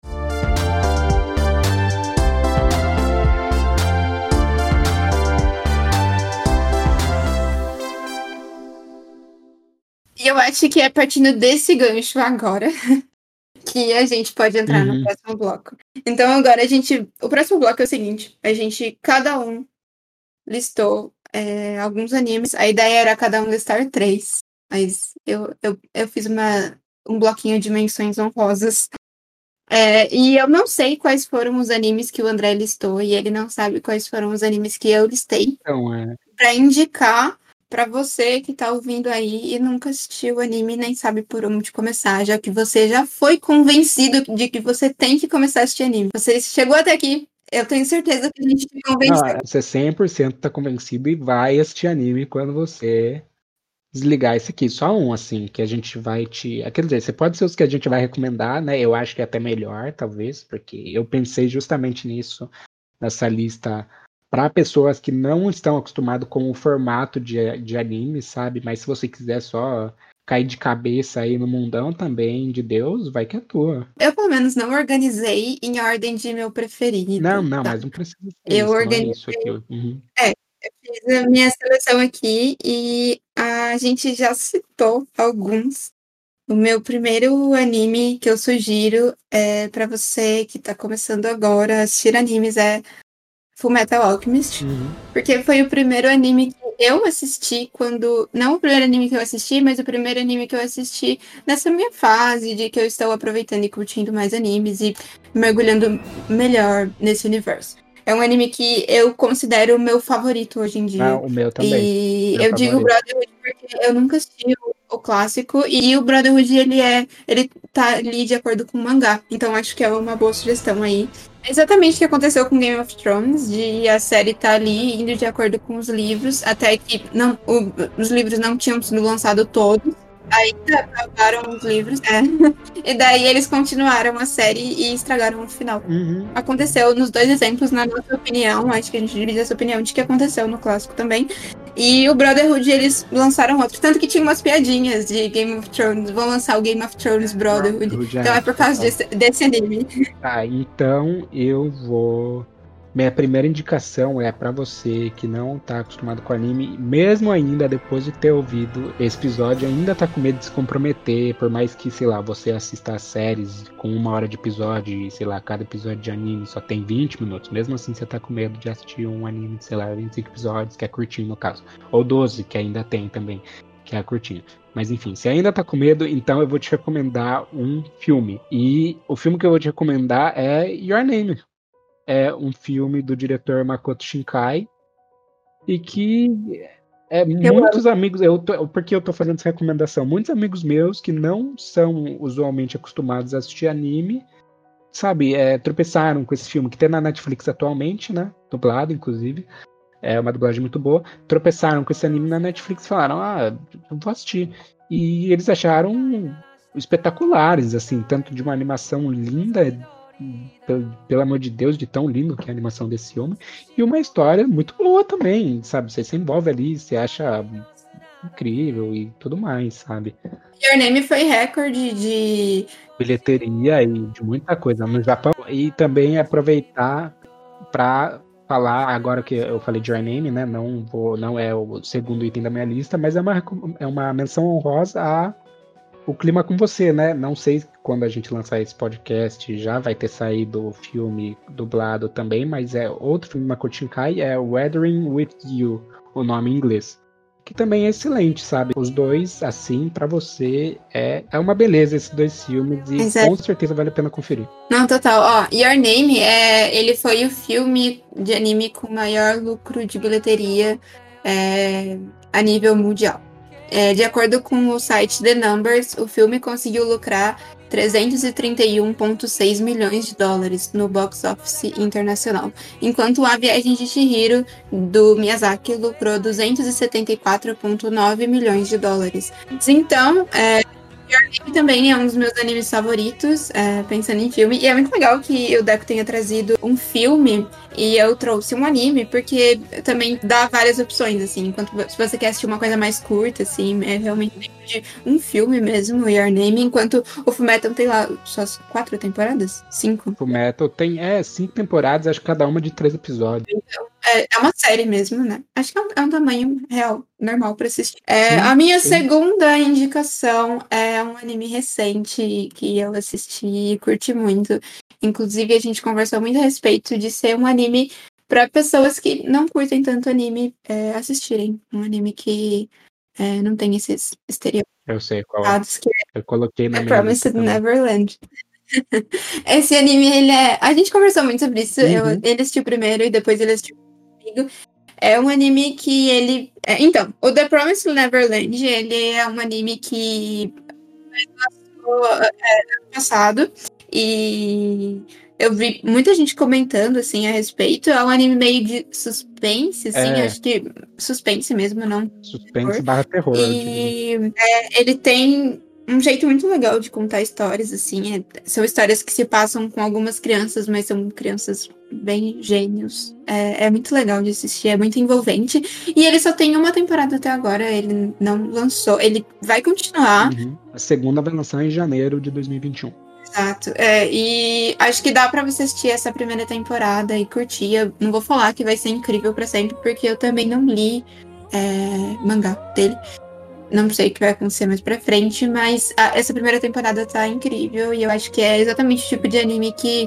E eu acho que é partindo desse gancho agora que a gente pode entrar no próximo bloco. Então agora o próximo bloco é o seguinte, cada um listou alguns animes. A ideia era cada um listar 3, mas eu fiz um bloquinho de menções honrosas. E eu não sei quais foram os animes que o André listou, e ele não sabe quais foram os animes que eu listei. Então, Pra indicar pra você que tá ouvindo aí e nunca assistiu o anime, nem sabe por onde começar, já que você já foi convencido de que você tem que começar a assistir anime. Você chegou até aqui, eu tenho certeza que a gente te convenceu. Você 100% tá convencido e vai assistir anime quando você desligar esse aqui. Só um, assim, que a gente vai te... Quer dizer, você pode ser os que a gente vai recomendar, né? Eu acho que é até melhor, talvez, porque eu pensei justamente nisso, nessa lista, para pessoas que não estão acostumadas com o formato de anime, sabe? Mas se você quiser só cair de cabeça aí no mundão também de Deus, vai que é tua. Eu, pelo menos, não organizei em ordem de meu preferido. Não, Tá? mas não precisa ser Eu isso, não é organizei. isso aqui. Eu fiz a minha seleção aqui e a gente já citou alguns. O meu primeiro anime que eu sugiro pra você que tá começando agora a assistir animes é Fullmetal Alchemist. Porque foi o primeiro anime que eu assisti quando... Não o primeiro anime que eu assisti, mas o primeiro anime que eu assisti nessa minha fase de que eu estou aproveitando e curtindo mais animes e mergulhando melhor nesse universo. É um anime que eu considero o meu favorito hoje em dia. O meu também. E Meu eu digo favorito. Brotherhood porque eu nunca assisti o clássico. E o Brotherhood, ele tá ali de acordo com o mangá. Então acho que é uma boa sugestão aí. Exatamente o que aconteceu com Game of Thrones, de a série tá ali indo de acordo com os livros, até que os livros não tinham sido lançados todos. Ainda acabaram os livros, E daí eles continuaram a série e estragaram o final. Aconteceu nos dois exemplos, na nossa opinião, acho que a gente divide essa opinião de que aconteceu no clássico também. E o Brotherhood, eles lançaram outro. Tanto que tinha umas piadinhas de Game of Thrones. Vão lançar o Game of Thrones Brotherhood. Então é por causa desse anime. Então eu vou... Minha primeira indicação é pra você que não tá acostumado com anime, mesmo ainda depois de ter ouvido esse episódio, ainda tá com medo de se comprometer, por mais que, sei lá, você assista as séries com 1 hora de episódio e, sei lá, cada episódio de anime só tem 20 minutos. Mesmo assim, você tá com medo de assistir um anime de, sei lá, 25 episódios, que é curtinho no caso. Ou 12, que ainda tem também, que é curtinho. Mas enfim, se ainda tá com medo, então eu vou te recomendar um filme. E o filme que eu vou te recomendar é Your Name. É um filme do diretor Makoto Shinkai e que muitos amigos, porque eu tô fazendo essa recomendação, muitos amigos meus que não são usualmente acostumados a assistir anime, sabe, tropeçaram com esse filme que tem na Netflix atualmente, né, dublado inclusive, é uma dublagem muito boa, tropeçaram com esse anime na Netflix e falaram, eu vou assistir, e eles acharam espetaculares, assim, tanto de uma animação linda, pelo amor de Deus, de tão lindo que é a animação desse filme, e uma história muito boa também, sabe? Você se envolve ali, você acha incrível e tudo mais, sabe? Your Name foi recorde de bilheteria e de muita coisa no Japão. E também aproveitar para falar, agora que eu falei de Your Name, né? Não é o segundo item da minha lista, mas é uma menção honrosa a O Clima com Você, né? Não sei quando a gente lançar esse podcast já vai ter saído o filme dublado também, mas é outro filme do Makoto Shinkai, é Weathering with You, o nome em inglês. Que também é excelente, sabe? Os dois, assim, pra você, é uma beleza esses dois filmes e com certeza vale a pena conferir. Não, total. Ó, Your Name, ele foi o filme de anime com maior lucro de bilheteria a nível mundial. De acordo com o site The Numbers, o filme conseguiu lucrar 331,6 milhões de dólares no box office internacional, enquanto A Viagem de Chihiro, do Miyazaki, lucrou 274,9 milhões de dólares. Então, Your Name também é um dos meus animes favoritos, pensando em filme. E é muito legal que o Deco tenha trazido um filme e eu trouxe um anime, porque também dá várias opções, assim. Enquanto se você quer assistir uma coisa mais curta, assim, é realmente de um filme mesmo, Your Name. Enquanto o Fullmetal tem lá só 4 temporadas? 5? Fullmetal tem 5 temporadas, acho que cada uma de 3 episódios. Então, é uma série mesmo, né? Acho que é um tamanho real, normal pra assistir. A minha segunda indicação é um anime recente que eu assisti e curti muito. Inclusive, a gente conversou muito a respeito de ser um anime para pessoas que não curtem tanto anime assistirem. Um anime que não tem esses estereótipos. Eu sei qual. Eu coloquei na minha Promised Neverland. Esse anime, a gente conversou muito sobre isso. Ele assistiu primeiro e depois ele assistiu comigo. É um anime que ele... Então, o The Promised Neverland, ele é um anime que lançou ano passado. E eu vi muita gente comentando, assim, a respeito. É um anime meio de suspense, assim. Acho que suspense mesmo, não... Suspense barra terror. E ele tem um jeito muito legal de contar histórias, assim. São histórias que se passam com algumas crianças, mas são crianças bem gênios. É muito legal de assistir, é muito envolvente. E ele só tem uma temporada até agora, ele não lançou. Ele vai continuar. A segunda vai lançar em janeiro de 2021. Exato. E acho que dá pra você assistir essa primeira temporada e curtir. Eu não vou falar que vai ser incrível pra sempre, porque eu também não li mangá dele. Não sei o que vai acontecer mais pra frente, mas essa primeira temporada tá incrível e eu acho que é exatamente o tipo de anime que,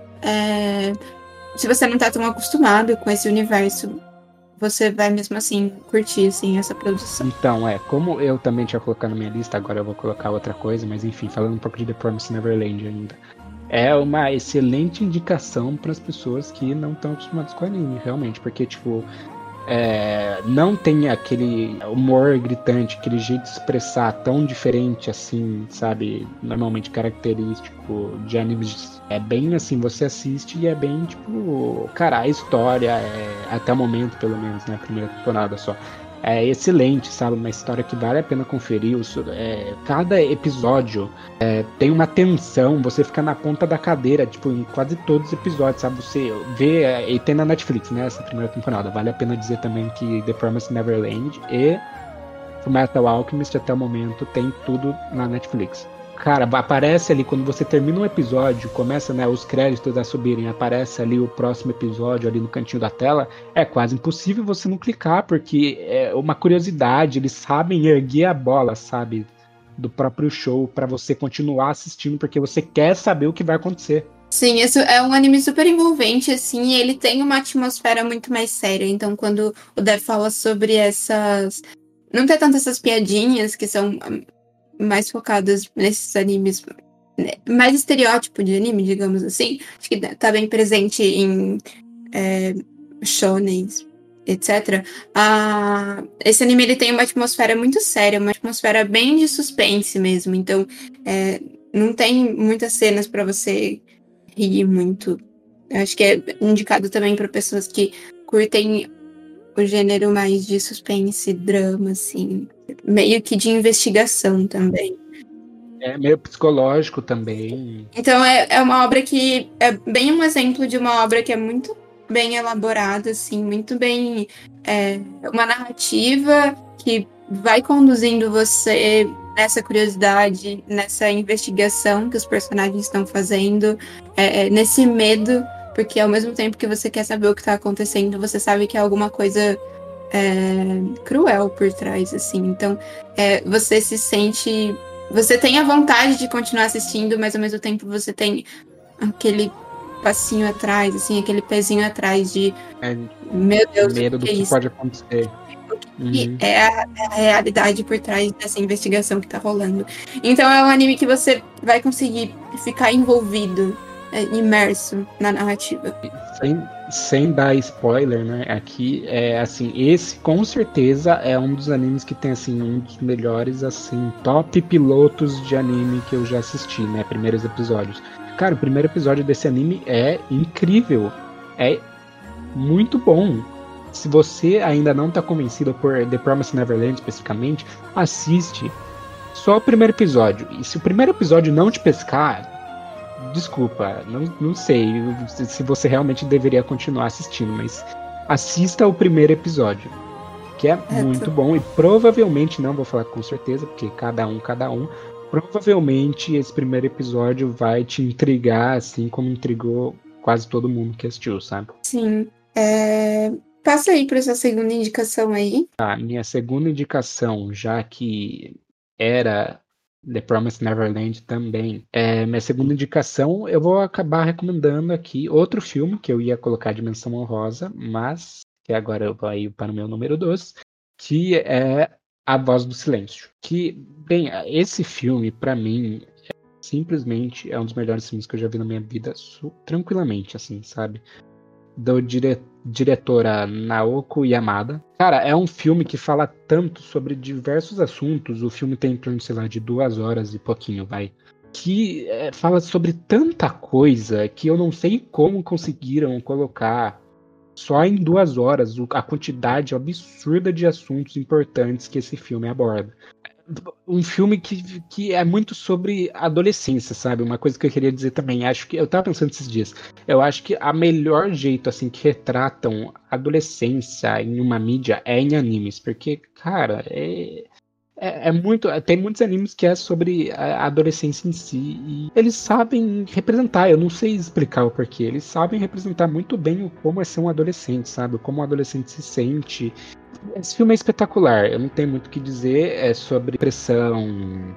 se você não tá tão acostumado com esse universo, você vai mesmo assim curtir assim, essa produção. Então, como eu também tinha colocado na minha lista, agora eu vou colocar outra coisa, mas enfim, falando um pouco de The Promised Neverland ainda. é uma excelente indicação para as pessoas que não estão acostumadas com anime, realmente, porque, tipo, não tem aquele humor gritante, aquele jeito de expressar tão diferente assim, sabe? Normalmente característico de animes. É bem assim, você assiste e é bem tipo, cara, a história, até o momento pelo menos, né? Primeira temporada só. É excelente, sabe? Uma história que vale a pena conferir. Cada episódio tem uma tensão, você fica na ponta da cadeira, tipo, em quase todos os episódios, sabe? Você vê, e tem na Netflix, né? Essa primeira temporada. Vale a pena dizer também que The Promised Neverland e Fullmetal Alchemist até o momento tem tudo na Netflix. Cara, aparece ali quando você termina um episódio, começa, né, os créditos a subirem, aparece ali o próximo episódio ali no cantinho da tela, é quase impossível você não clicar, porque é uma curiosidade, eles sabem erguer a bola, sabe, do próprio show para você continuar assistindo, porque você quer saber o que vai acontecer. Sim, isso é um anime super envolvente, assim, e ele tem uma atmosfera muito mais séria. Então, quando o Dev fala sobre essas. Não ter tanto essas piadinhas que são mais focadas nesses animes, né, mais estereótipo de anime, digamos assim. Acho que tá bem presente em shonens, etc. Esse anime ele tem uma atmosfera muito séria, uma atmosfera bem de suspense mesmo. Então, não tem muitas cenas para você rir muito. Eu acho que é indicado também para pessoas que curtem o gênero mais de suspense, drama, assim, meio que de investigação também. É meio psicológico também. Então é uma obra que é bem um exemplo de uma obra que é muito bem elaborada, assim, muito bem. Uma narrativa que vai conduzindo você nessa curiosidade, nessa investigação que os personagens estão fazendo, nesse medo, porque ao mesmo tempo que você quer saber o que está acontecendo, você sabe que é alguma coisa cruel por trás, assim. Então, você se sente. Você tem a vontade de continuar assistindo, mas ao mesmo tempo você tem aquele passinho atrás, assim, aquele pezinho atrás de meu Deus, Medo o do que é que isso? pode acontecer. E é a realidade por trás dessa investigação que tá rolando. Então é um anime que você vai conseguir ficar envolvido, imerso na narrativa. Sem dar spoiler, né? Aqui assim, esse com certeza é um dos animes que tem assim um dos melhores assim top pilotos de anime que eu já assisti, né? Primeiros episódios. Cara, o primeiro episódio desse anime é incrível, é muito bom. Se você ainda não tá convencido por The Promised Neverland especificamente, assiste só o primeiro episódio. E se o primeiro episódio não te pescar, desculpa, não sei se você realmente deveria continuar assistindo, mas assista o primeiro episódio, que é muito bom e provavelmente, não vou falar com certeza, porque cada um, provavelmente esse primeiro episódio vai te intrigar, assim como intrigou quase todo mundo que assistiu, sabe? Sim. Passa aí para essa segunda indicação aí. A minha segunda indicação, já que era The Promised Neverland também, minha segunda indicação, eu vou acabar recomendando aqui outro filme que eu ia colocar de menção honrosa, mas que agora eu vou ir para o meu número 2, que é A Voz do Silêncio. Que, bem, esse filme, para mim, simplesmente é um dos melhores filmes que eu já vi na minha vida, tranquilamente, assim, sabe? Do diretora Naoko Yamada. Cara, é um filme que fala tanto sobre diversos assuntos. O filme tem em torno, sei lá, de 2 horas e pouquinho, vai. Que fala sobre tanta coisa que eu não sei como conseguiram colocar só em 2 horas a quantidade absurda de assuntos importantes que esse filme aborda. Um filme que é muito sobre adolescência, sabe? Uma coisa que eu queria dizer também, acho que eu tava pensando esses dias, eu acho que a melhor jeito assim que retratam adolescência em uma mídia é em animes, porque, cara, muito, tem muitos animes que é sobre a adolescência em si e eles sabem representar, eu não sei explicar o porquê, eles sabem representar muito bem como é ser um adolescente, sabe? Como um adolescente se sente. Esse filme é espetacular, eu não tenho muito o que dizer, é sobre depressão,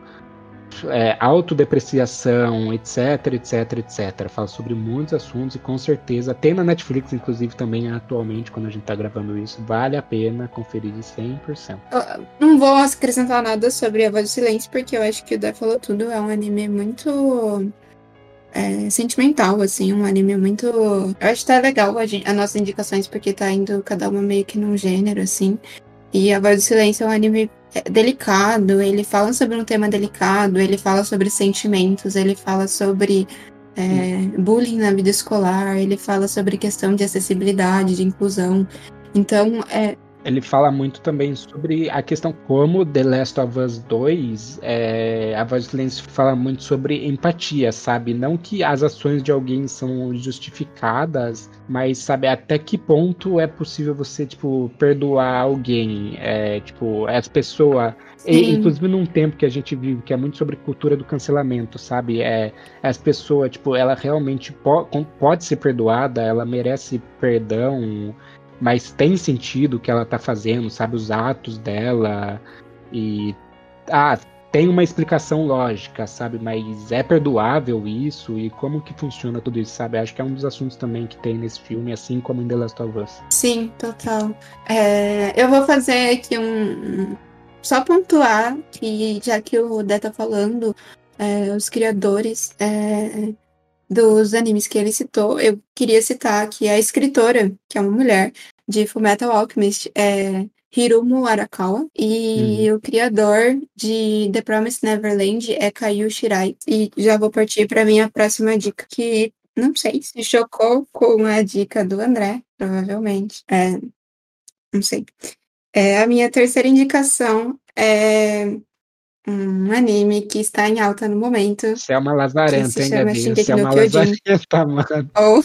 autodepreciação, etc, etc, etc. Fala sobre muitos assuntos e com certeza tem na Netflix, inclusive também atualmente, quando a gente tá gravando isso, vale a pena conferir de 100%. Eu não vou acrescentar nada sobre A Voz do Silêncio, porque eu acho que o Dé falou tudo. É um anime muito sentimental, assim, um anime muito... Eu acho que tá legal as nossas indicações, porque tá indo cada uma meio que num gênero, assim. E A Voz do Silêncio é um anime delicado, ele fala sobre um tema delicado, ele fala sobre sentimentos, ele fala sobre bullying na vida escolar, ele fala sobre questão de acessibilidade, de inclusão. Então, Ele fala muito também sobre a questão como The Last of Us 2, A Voz do Silêncio fala muito sobre empatia, sabe? Não que as ações de alguém são justificadas, mas, sabe, até que ponto é possível você, tipo, perdoar alguém? As pessoas... Inclusive num tempo que a gente vive, que é muito sobre cultura do cancelamento, sabe? As pessoas, tipo, ela realmente pode ser perdoada, ela merece perdão, mas tem sentido o que ela tá fazendo, sabe? Os atos dela. E. Tem uma explicação lógica, sabe? Mas é perdoável isso? E como que funciona tudo isso, sabe? Acho que é um dos assuntos também que tem nesse filme, assim como em The Last of Us. Sim, total. Eu vou fazer aqui só pontuar que, já que o Dé tá falando, os criadores dos animes que ele citou, eu queria citar que a escritora, que é uma mulher, de Fullmetal Alchemist, é Hiromu Arakawa, e o criador de The Promised Neverland é Kaiju Shirai. E já vou partir para minha próxima dica, que não sei se chocou com a dica do André, provavelmente. Não sei. A minha terceira indicação é um anime que está em alta no momento, Você é uma que lazarenta, se hein, chama Gabi? Você Shingeki é no uma Kyojin, lazarenta, mano. ou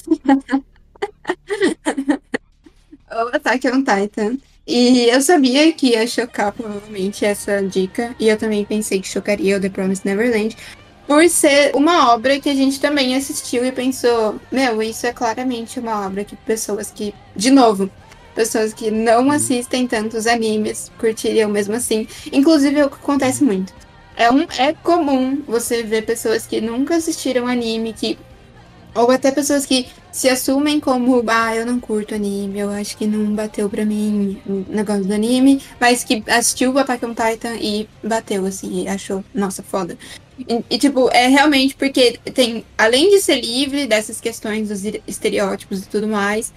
Attack on Titan. E eu sabia que ia chocar provavelmente essa dica, e eu também pensei que chocaria o The Promised Neverland, por ser uma obra que a gente também assistiu e pensou, meu, isso é claramente uma obra que pessoas que, de novo, pessoas que não assistem tantos animes curtiriam mesmo assim. Inclusive, é o que acontece muito. É comum você ver pessoas que nunca assistiram anime, ou até pessoas que se assumem como, eu não curto anime, eu acho que não bateu pra mim o negócio do anime, mas que assistiu o Attack on Titan e bateu, assim, e achou, nossa, foda. Tipo, é realmente porque tem, além de ser livre dessas questões dos estereótipos e tudo mais,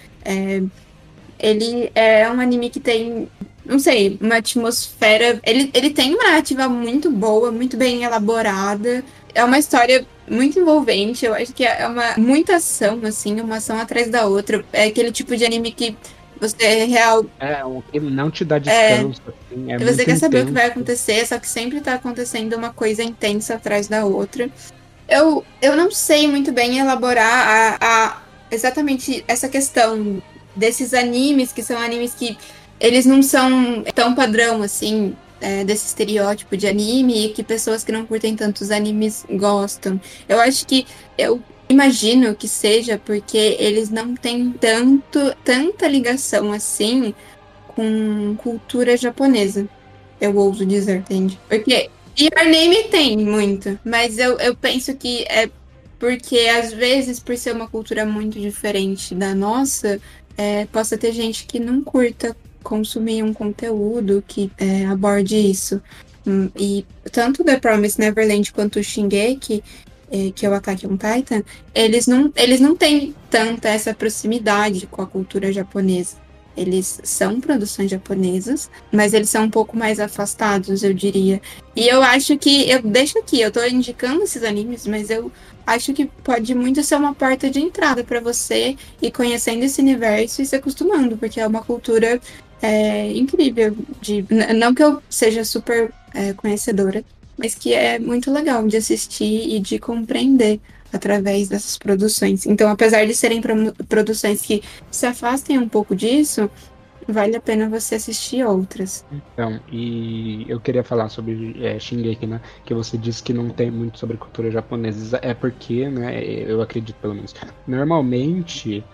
ele é um anime que tem, não sei, uma atmosfera. Ele tem uma narrativa muito boa, muito bem elaborada. É uma história muito envolvente. Eu acho que é muita ação, assim, uma ação atrás da outra. É aquele tipo de anime que você é real. Ele não te dá descanso, assim, Você muito quer saber o que intenso. vai acontecer, só que sempre tá acontecendo uma coisa intensa atrás da outra. Eu não sei muito bem elaborar exatamente essa questão desses animes, que são animes que eles não são tão padrão, assim, desse estereótipo de anime, e que pessoas que não curtem tantos animes gostam. Eu acho que, eu imagino que seja porque eles não têm tanta ligação, assim, com cultura japonesa. Eu ouso dizer, entende? Porque Your Name tem muito, mas eu penso que é porque, às vezes, por ser uma cultura muito diferente da nossa, possa ter gente que não curta consumir um conteúdo que aborde isso. E tanto The Promised Neverland quanto o Shingeki, que é o Attack on Titan, eles não têm tanta essa proximidade com a cultura japonesa. Eles são produções japonesas, mas eles são um pouco mais afastados, eu diria. E eu acho que, eu deixo aqui, eu tô indicando esses animes, mas eu acho que pode muito ser uma porta de entrada para você ir conhecendo esse universo e se acostumando, porque é uma cultura incrível. Não que eu seja super conhecedora, mas que é muito legal de assistir e de compreender através dessas produções. Então, apesar de serem produções que se afastem um pouco disso, vale a pena você assistir outras. Então, e eu queria falar sobre Shingeki, né? Que você disse que não tem muito sobre cultura japonesa. É porque, né? Eu acredito, pelo menos. Normalmente,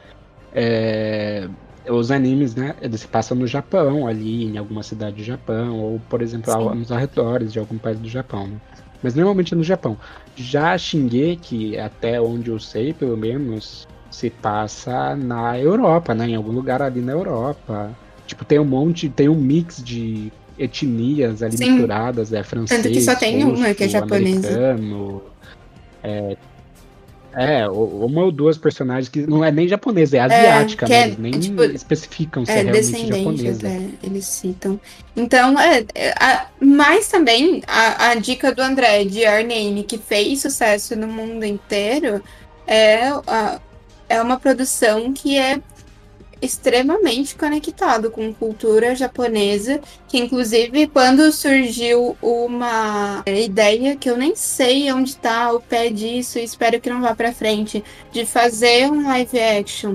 os animes, né? Eles se passam no Japão, ali, em alguma cidade do Japão, ou, por exemplo, nos arredores de algum país do Japão, né? Mas normalmente é no Japão. Já Shingeki, até onde eu sei, pelo menos, se passa na Europa, né? Em algum lugar ali na Europa. Tipo, tem um mix de etnias ali misturadas, francês, tanto que só tem russo, uma que é japonesa. americano. Uma ou duas personagens que não é nem japonesa, é asiática, que né? Eles nem tipo, especificam se é realmente descendente japonesa. até, eles citam. Então, mas também a dica do André de Your Name, que fez sucesso no mundo inteiro, é uma produção que é extremamente conectado com cultura japonesa, que inclusive quando surgiu uma ideia que eu nem sei onde está o pé disso, e espero que não vá para frente, de fazer um live action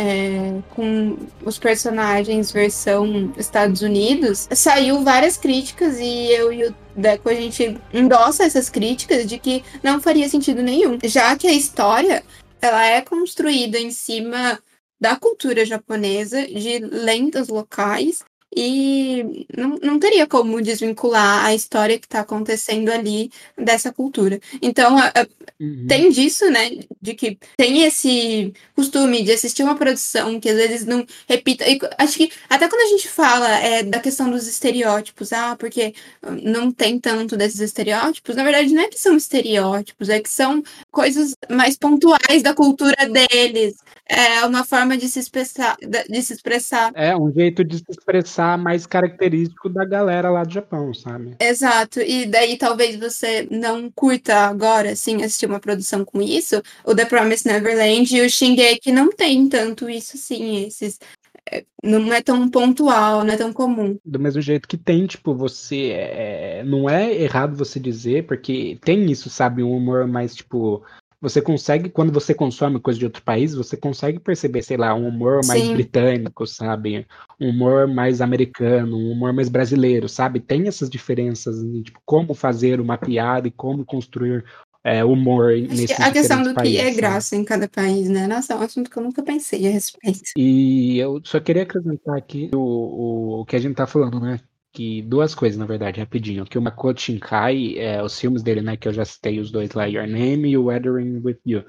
com os personagens versão Estados Unidos, saiu várias críticas e eu e o Deco a gente endossa essas críticas de que não faria sentido nenhum, já que a história ela é construída em cima da cultura japonesa, de lendas locais, e não teria como desvincular a história que está acontecendo ali dessa cultura. Então, Uhum. tem disso, né? De que tem esse costume de assistir uma produção que às vezes não repita. E acho que até quando a gente fala da questão dos estereótipos, porque não tem tanto desses estereótipos, na verdade não é que são estereótipos, é que são coisas mais pontuais da cultura deles. É uma forma de se expressar, de se expressar. É um jeito de se expressar mais característico da galera lá do Japão, sabe? Exato, e daí talvez você não curta agora, assim, assistir uma produção com isso. O The Promised Neverland e o Shingeki não tem tanto isso, sim, não é tão pontual, não é tão comum. Do mesmo jeito que tem, tipo, você. Não é errado você dizer, porque tem isso, sabe? Um humor mais, tipo. Você consegue, quando você consome coisa de outro país, você consegue perceber, sei lá, um humor mais Sim, britânico, sabe? Um humor mais americano, um humor mais brasileiro, sabe? Tem essas diferenças, em, tipo, como fazer uma piada e como construir humor acho que nesses a questão diferentes do que é países, sabe? graça em cada país, né? Nossa, é um assunto que eu nunca pensei a respeito. E eu só queria acrescentar aqui o que a gente tá falando, né? Que duas coisas, na verdade, rapidinho. Que o Makoto Shinkai, os filmes dele, né? Que eu já citei os dois lá, Your Name e Weathering with You.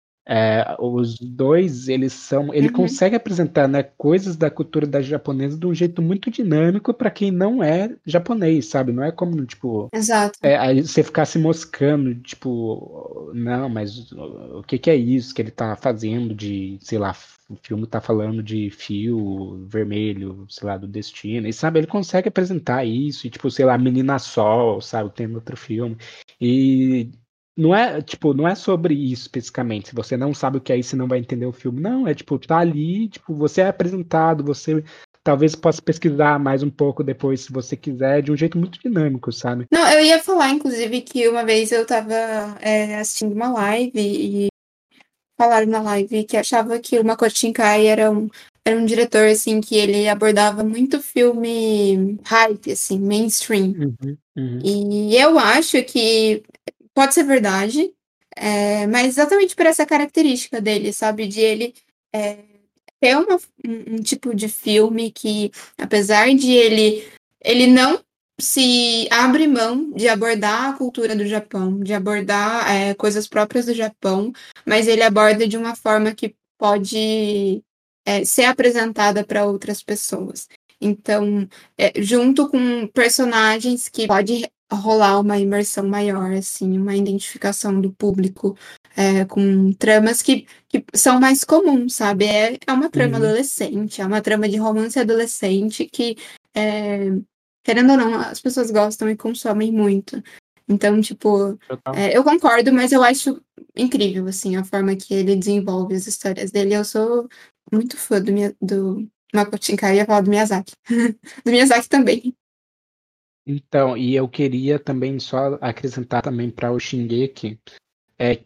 Os dois, ele Uhum, consegue apresentar, né, coisas da cultura da japonesa de um jeito muito dinâmico para quem não é japonês, sabe? Não é como, tipo, exato. aí você ficar se moscando, tipo, não, mas o que que é isso que ele tá fazendo de, sei lá, o filme tá falando de fio vermelho, sei lá, do destino, e sabe, ele consegue apresentar isso, e tipo, sei lá, Menina Sol, sabe, tem no outro filme, e não é, tipo, não é sobre isso especificamente, se você não sabe o que é isso, você não vai entender o filme, não, é tipo, tá ali, tipo, você é apresentado, você talvez possa pesquisar mais um pouco depois, se você quiser, de um jeito muito dinâmico, sabe? Não, eu ia falar, inclusive, que uma vez eu tava assistindo uma live e falaram na live que achava que o Makoto Shinkai era um diretor, assim, que ele abordava muito filme hype, assim, mainstream. Uhum, uhum, E eu acho que pode ser verdade, mas exatamente por essa característica dele, sabe? De ele é, ter um tipo de filme que, apesar de ele não se abre mão de abordar a cultura do Japão, de abordar coisas próprias do Japão, mas ele aborda de uma forma que pode ser apresentada para outras pessoas. Então, junto com personagens que pode rolar uma imersão maior, assim, uma identificação do público com tramas que são mais comuns, sabe? É uma trama uhum. adolescente, é uma trama de romance adolescente que, é, querendo ou não, as pessoas gostam e consomem muito. Então, tipo, Total. eu concordo, mas eu acho incrível, assim, a forma que ele desenvolve as histórias dele. Eu sou muito fã do Makoto Shinkai, ia falar do Miyazaki. Do Miyazaki também. Então, e eu queria também só acrescentar também para o Shingeki, é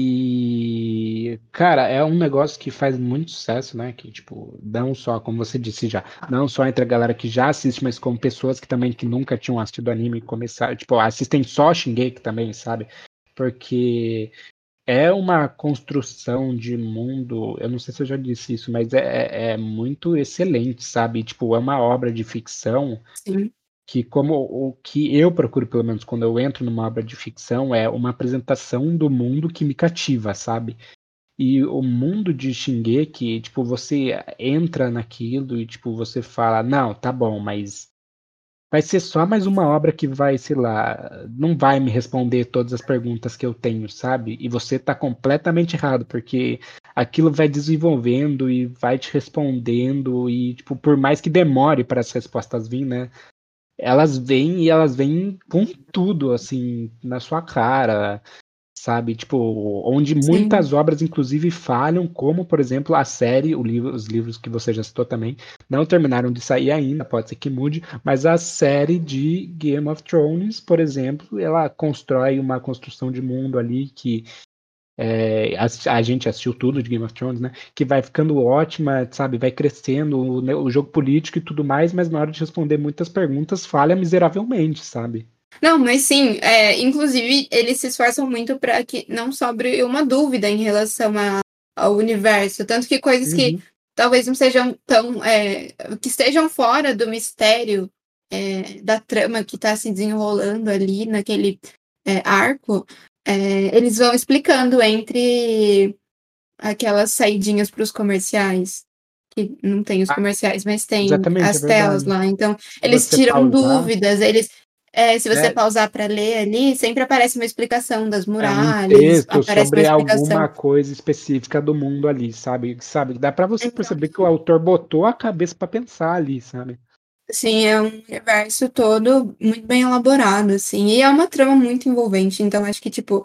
que, cara, é um negócio que faz muito sucesso, né? Que, tipo, não só, como você disse já, não só entre a galera que já assiste, mas como pessoas que também que nunca tinham assistido anime e começaram, tipo, assistem só Shingeki também, sabe? Porque é uma construção de mundo, eu não sei se eu já disse isso, mas é muito excelente, sabe? Tipo, é uma obra de ficção Sim. que como o que eu procuro, pelo menos quando eu entro numa obra de ficção, é uma apresentação do mundo que me cativa, sabe? E o mundo de Shingeki, tipo, você entra naquilo e tipo, você fala, não, tá bom, mas vai ser só mais uma obra que vai, sei lá, não vai me responder todas as perguntas que eu tenho, sabe? E você tá completamente errado, porque aquilo vai desenvolvendo e vai te respondendo, e, tipo, por mais que demore para as respostas vir, né? Elas vêm com tudo, assim, na sua cara, sabe? Tipo, onde Sim. muitas obras, inclusive, falham, como, por exemplo, a série, os livros que você já citou também, não terminaram de sair ainda, pode ser que mude, mas a série de Game of Thrones, por exemplo, ela constrói uma construção de mundo ali que a gente assistiu tudo de Game of Thrones, né? Que vai ficando ótima, sabe? Vai crescendo o jogo político e tudo mais, mas na hora de responder muitas perguntas, falha miseravelmente, sabe? Não, mas sim, inclusive eles se esforçam muito para que não sobre uma dúvida em relação ao universo. Tanto que coisas que Uhum. talvez não sejam tão. Que estejam fora do mistério da trama que está se desenrolando ali naquele arco, eles vão explicando entre aquelas saidinhas para os comerciais. Que não tem os Ah, comerciais, mas tem exatamente, é as telas verdade. lá. Então, Se eles você tiram pausar, dúvidas, se você é, pausar para ler ali, sempre aparece uma explicação das é um muralhas, texto aparece uma sobre explicação. alguma coisa específica do mundo ali, sabe? Sabe? Dá pra você perceber que o autor botou a cabeça pra pensar ali, sabe? Sim, é um universo todo muito bem elaborado, assim, e é uma trama muito envolvente, então acho que, tipo,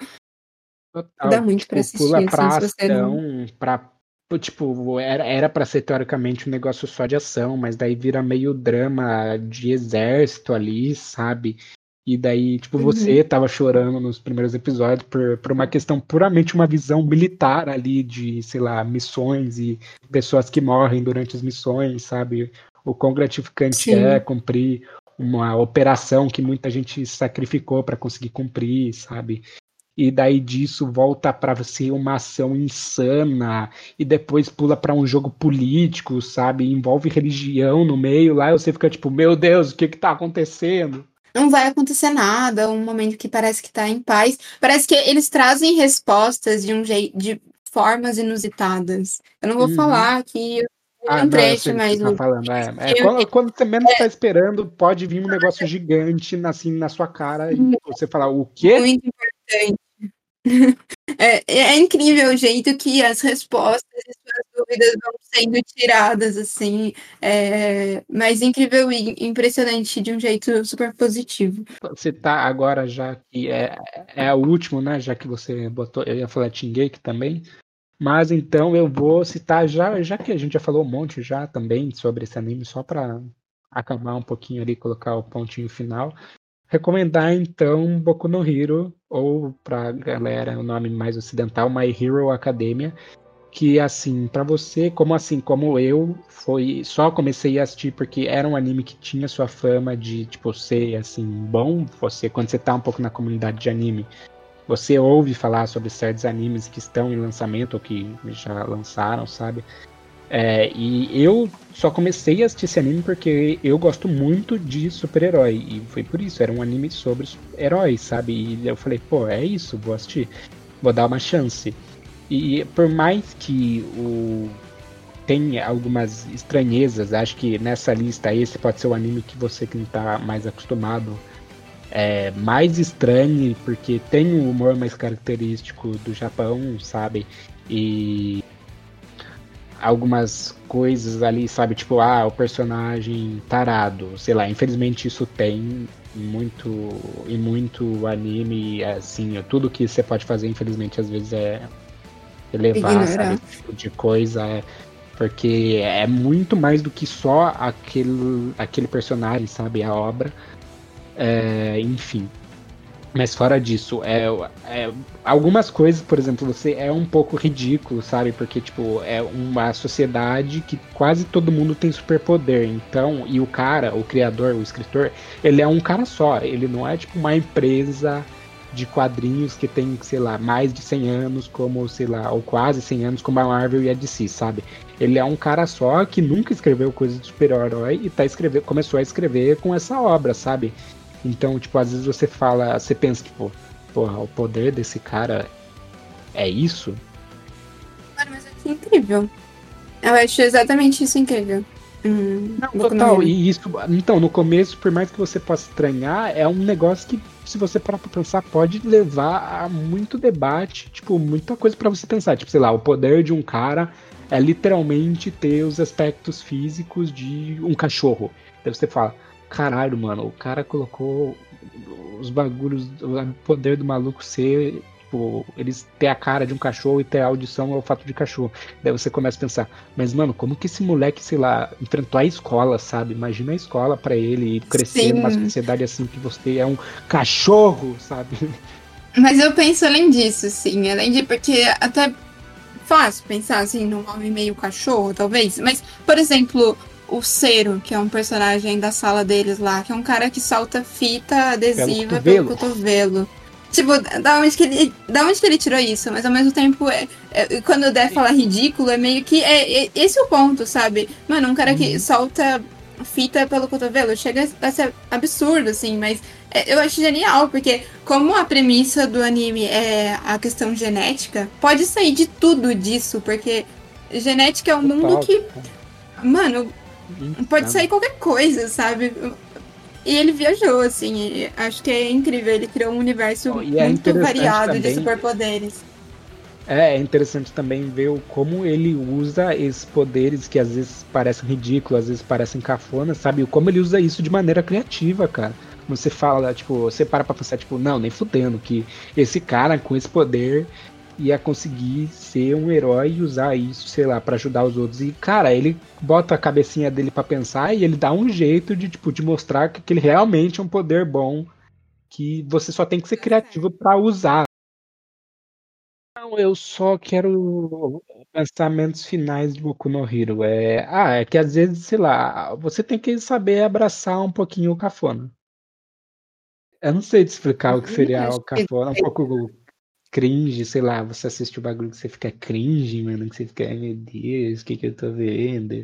dá Total, muito pra tipo, pula assistir, assim, pra se você não. ação, tipo, era pra ser teoricamente um negócio só de ação, mas daí vira meio drama de exército ali, sabe? E daí, tipo, Uhum. você tava chorando nos primeiros episódios por uma questão puramente uma visão militar ali de, sei lá, missões e pessoas que morrem durante as missões, sabe? O quão gratificante é Sim. cumprir uma operação que muita gente sacrificou para conseguir cumprir, sabe? E daí disso volta para ser uma ação insana e depois pula para um jogo político, sabe? Envolve religião no meio lá, e você fica tipo, meu Deus, o que que tá acontecendo? Não vai acontecer nada, um momento que parece que tá em paz. Parece que eles trazem respostas de um jeito, de formas inusitadas. Eu não vou Uhum. falar que Ah, um não, eu trecho, sei do que você mas tá falando. Quando você menos tá esperando, pode vir um negócio gigante assim na sua cara e você falar, o quê? muito importante. É incrível o jeito que as respostas e suas dúvidas vão sendo tiradas, assim, mas incrível e impressionante de um jeito super positivo. Você tá agora já que é o último, né? Já que você botou, eu ia falar Shingeki também. Mas então eu vou citar já que a gente já falou um monte já também sobre esse anime, só para acabar um pouquinho ali, colocar o pontinho final. Recomendar então Boku no Hero, ou pra galera, o nome mais ocidental, My Hero Academia, que assim, para você, como assim, como eu, foi só comecei a assistir porque era um anime que tinha sua fama de tipo ser assim bom, você quando você tá um pouco na comunidade de anime, você ouve falar sobre certos animes que estão em lançamento ou que já lançaram, sabe? E eu só comecei a assistir esse anime porque eu gosto muito de super-herói. E foi por isso, era um anime sobre heróis, sabe? E eu falei, pô, é isso, vou assistir. Vou dar uma chance. E por mais que tenha algumas estranhezas, acho que nessa lista esse pode ser o anime que você que não tá mais acostumado mais estranho, porque tem um humor mais característico do Japão, sabe? E algumas coisas ali, sabe? Tipo, o personagem tarado, sei lá, infelizmente isso tem muito anime, assim, tudo que você pode fazer, infelizmente, às vezes é elevar, sabe? Ignorar. Esse tipo de coisa, porque é muito mais do que só aquele personagem, sabe? A obra. Enfim. Mas fora disso, algumas coisas, por exemplo, você é um pouco ridículo, sabe? Porque, tipo, é uma sociedade que quase todo mundo tem superpoder. Então, e o cara, o criador, o escritor, ele é um cara só. Ele não é, tipo, uma empresa de quadrinhos que tem, sei lá, mais de 100 anos, como, sei lá, ou quase 100 anos, como a Marvel e a DC, sabe? Ele é um cara só que nunca escreveu coisa de super-herói e começou a escrever com essa obra, sabe? Então, tipo, às vezes você pensa, tipo, porra, o poder desse cara é isso? Mano, mas é incrível. Eu acho exatamente isso incrível. Não, Boku no total. Hero. E isso, então, no começo, por mais que você possa estranhar, é um negócio que, se você parar pra pensar, pode levar a muito debate, tipo, muita coisa pra você pensar. Tipo, sei lá, o poder de um cara é literalmente ter os aspectos físicos de um cachorro. Daí você fala, caralho, mano, o cara colocou os bagulhos, o poder do maluco ser, tipo, eles ter a cara de um cachorro e ter a audição e o olfato de cachorro. Daí você começa a pensar, mas, mano, como que esse moleque, sei lá, enfrentou a escola, sabe? Imagina a escola pra ele e crescer numa Sim, sociedade assim que você é um cachorro, sabe? mas eu penso além disso, sim. Além de. Porque até fácil pensar assim num homem meio cachorro, talvez. Mas, por exemplo, o Cero, que é um personagem da sala deles lá, que é um cara que solta fita Pelo adesiva pelo cotovelo. cotovelo. Tipo, da onde que ele tirou isso? Mas ao mesmo tempo, quando o Der fala ridículo, é meio que. Esse é o ponto, sabe? Mano, um cara que Uhum. solta fita pelo cotovelo chega a ser absurdo, assim, mas eu acho genial, porque como a premissa do anime é a questão genética, pode sair de tudo disso, porque genética é um mundo Total, que, tipo, mano, pode sair insano. qualquer coisa, sabe? E ele viajou, assim, e acho que é incrível. Ele criou um universo Oh, e é muito interessante variado de também. superpoderes. É interessante também ver como ele usa esses poderes que às vezes parecem ridículos, às vezes parecem cafonas, sabe? Como ele usa isso de maneira criativa, cara. Você fala, tipo, você para pra pensar, tipo, não, nem fudendo, que esse cara com esse poder ia conseguir ser um herói e usar isso, sei lá, pra ajudar os outros. E, cara, ele bota a cabecinha dele pra pensar e ele dá um jeito de, tipo, de mostrar que ele realmente é um poder bom, que você só tem que ser Deu criativo certo. pra usar. Não, eu só quero pensamentos finais de Boku no Hero. É que às vezes, sei lá, você tem que saber abraçar um pouquinho o cafona. Eu não sei te explicar o que Mano, seria acho o que cafona, um pouco cringe, sei lá, você assiste o bagulho que você fica cringe, mano, que você fica, ai meu Deus, o que que eu tô vendo?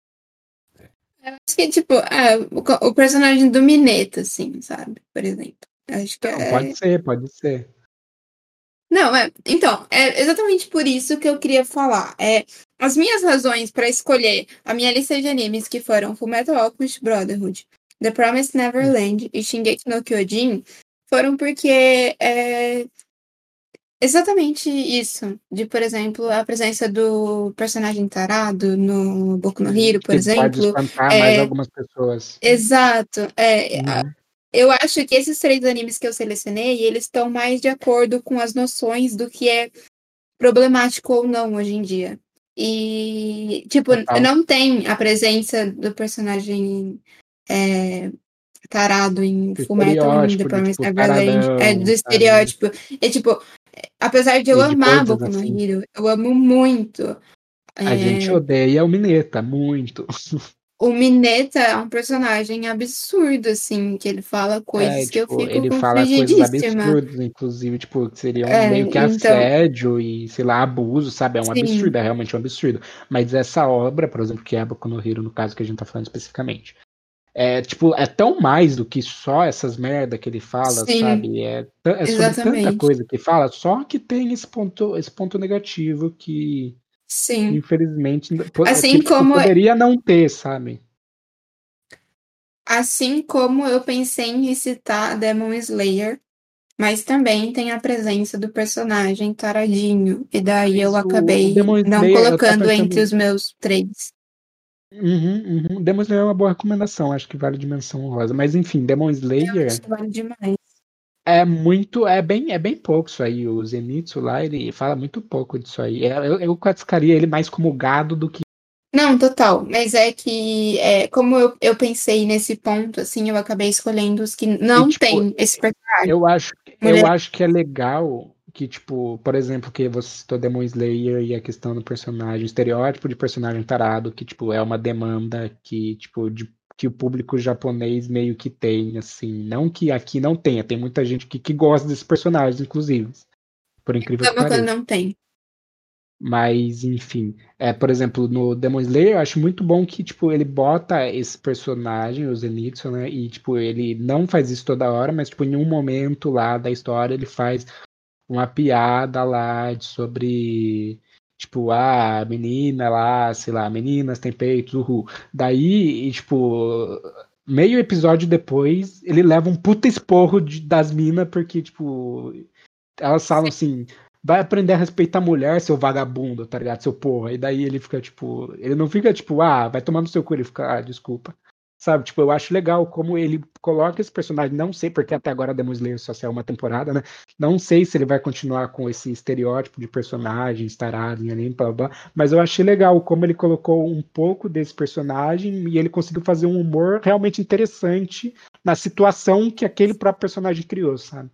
acho que, tipo, o personagem do Mineta, assim, sabe? Por exemplo. Acho que Não, pode ser, pode ser. Não, então, é exatamente por isso que eu queria falar. As minhas razões para escolher a minha lista de animes, que foram Fullmetal Alchemist Brotherhood, The Promised Hum. Neverland e Shingeki no Kyojin, foram porque exatamente isso. De, por exemplo, a presença do personagem tarado no Boku no Uhum. Hero, por Que pode exemplo. espantar mais É, algumas pessoas. exato. Uhum. Eu acho que esses três animes que eu selecionei, eles estão mais de acordo com as noções do que é problemático ou não hoje em dia. E, tipo, Total. não tem a presença do personagem é, tarado em O Fullmetal em The estereótipo de, Promised tipo, Neverland, do taradão, sabe? estereótipo. É tipo, apesar de eu E de amar coisas Boku no assim. Hero, eu amo muito. A gente é, odeia o Mineta, muito. o Mineta é um personagem absurdo, assim, que ele fala É, coisas que eu tipo, fico ele fala coisas constrangidíssima. absurdas, inclusive, tipo, que seriam meio que Então, assédio e, sei lá, abuso, sabe? É um sim, absurdo, é realmente um absurdo. Mas essa obra, por exemplo, que é a Boku no Hero, no caso que a gente tá falando especificamente, tipo, é tão mais do que só essas merda que ele fala, sim, sabe? É sobre tanta exatamente. coisa que fala, só que tem esse ponto negativo que, Sim. infelizmente, que, Assim tipo, como poderia não ter, sabe? Assim como eu pensei em citar Demon Slayer, mas também tem a presença do personagem Taradinho, e daí eu Mas o acabei Demon não Slayer, eu tava colocando entre pensando. os meus três. Uhum, uhum. Demon Slayer é uma boa recomendação, acho que vale dimensão honrosa. Mas enfim, Demon Eu acho Slayer que vale demais. é bem pouco isso aí. O Zenitsu lá, ele fala muito pouco disso aí. Eu classificaria ele mais como gado do que. Não, total, mas é que, como eu pensei nesse ponto, assim, eu acabei escolhendo os que E, não tipo, tem esse personagem. eu Mulher, acho que é legal que, tipo, por exemplo, que você citou Demon Slayer e a questão do personagem, o estereótipo de personagem tarado, que, tipo, é uma demanda que, tipo, que o público japonês meio que tem, assim. Não que aqui não tenha, tem muita gente que gosta desses personagens, inclusive, por incrível que ama quando pareça. não tem. Mas, enfim, por exemplo, no Demon Slayer, eu acho muito bom que, tipo, ele bota esse personagem, o Zenitsu, né, e, tipo, ele não faz isso toda hora, mas, tipo, em um momento lá da história, ele faz uma piada lá sobre, Tipo, a menina lá, sei lá, meninas têm peitos, uhul. Daí, e, tipo, meio episódio depois, ele leva um puta esporro das minas, porque, tipo, elas falam assim, vai aprender a respeitar a mulher, seu vagabundo, tá ligado? Seu porra. E daí ele fica, tipo, ele não fica, tipo, vai tomar no seu cu, ele fica, desculpa. Sabe, tipo, eu acho legal como ele coloca esse personagem, não sei, porque até agora Demon Slayer só saiu uma temporada, né? Não sei se ele vai continuar com esse estereótipo de personagens tarados em anime, blá, blá, blá, mas eu achei legal como ele colocou um pouco desse personagem e ele conseguiu fazer um humor realmente interessante na situação que aquele próprio personagem criou, sabe?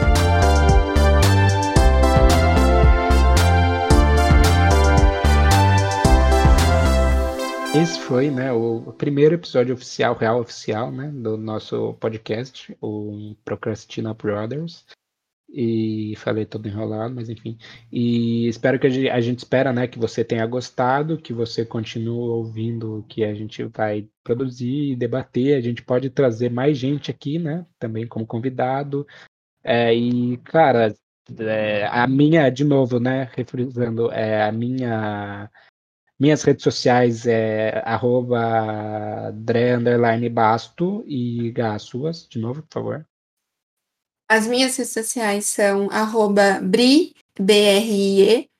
Esse foi, né, o primeiro episódio oficial, real oficial, né, do nosso podcast, o Procrastina Brothers. E falei todo enrolado, mas enfim. E espero que a gente espera, né, que você tenha gostado, que você continue ouvindo o que a gente vai produzir e debater. A gente pode trazer mais gente aqui, né, também como convidado. E, cara, a minha, de novo, né, refrisando, minhas redes sociais é @Dre_Basto e Gá, suas, de novo, por favor. As minhas redes sociais são @Brie, BRIE,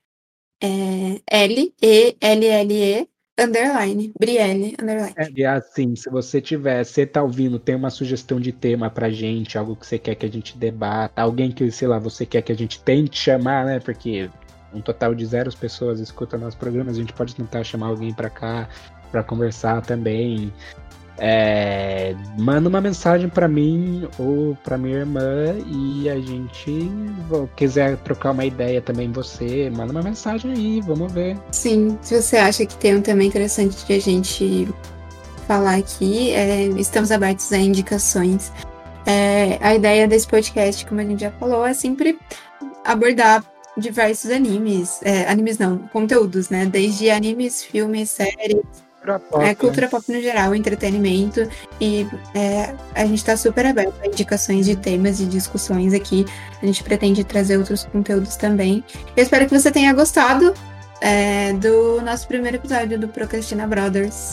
LELLE, Brielle, underline. E assim, se você tá ouvindo, tem uma sugestão de tema pra gente, algo que você quer que a gente debata, alguém que, sei lá, você quer que a gente tente chamar, né? Porque um total de 0 pessoas escuta nosso programa, a gente pode tentar chamar alguém pra cá pra conversar também. Manda uma mensagem pra mim ou pra minha irmã e a gente quiser trocar uma ideia também você, manda uma mensagem aí, vamos ver. Sim, se você acha que tem um tema interessante de a gente falar aqui, estamos abertos a indicações. A ideia desse podcast, como a gente já falou, é sempre abordar diversos animes, conteúdos, né? Desde animes, filmes, séries, cultura pop no geral, entretenimento, e a gente está super aberto a indicações de temas e discussões aqui. A gente pretende trazer outros conteúdos também. Eu espero que você tenha gostado do nosso primeiro episódio do Procrastina Brothers.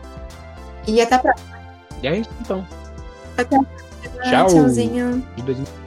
E até a próxima. E é isso então. Até a próxima. Tchau. Tchauzinho.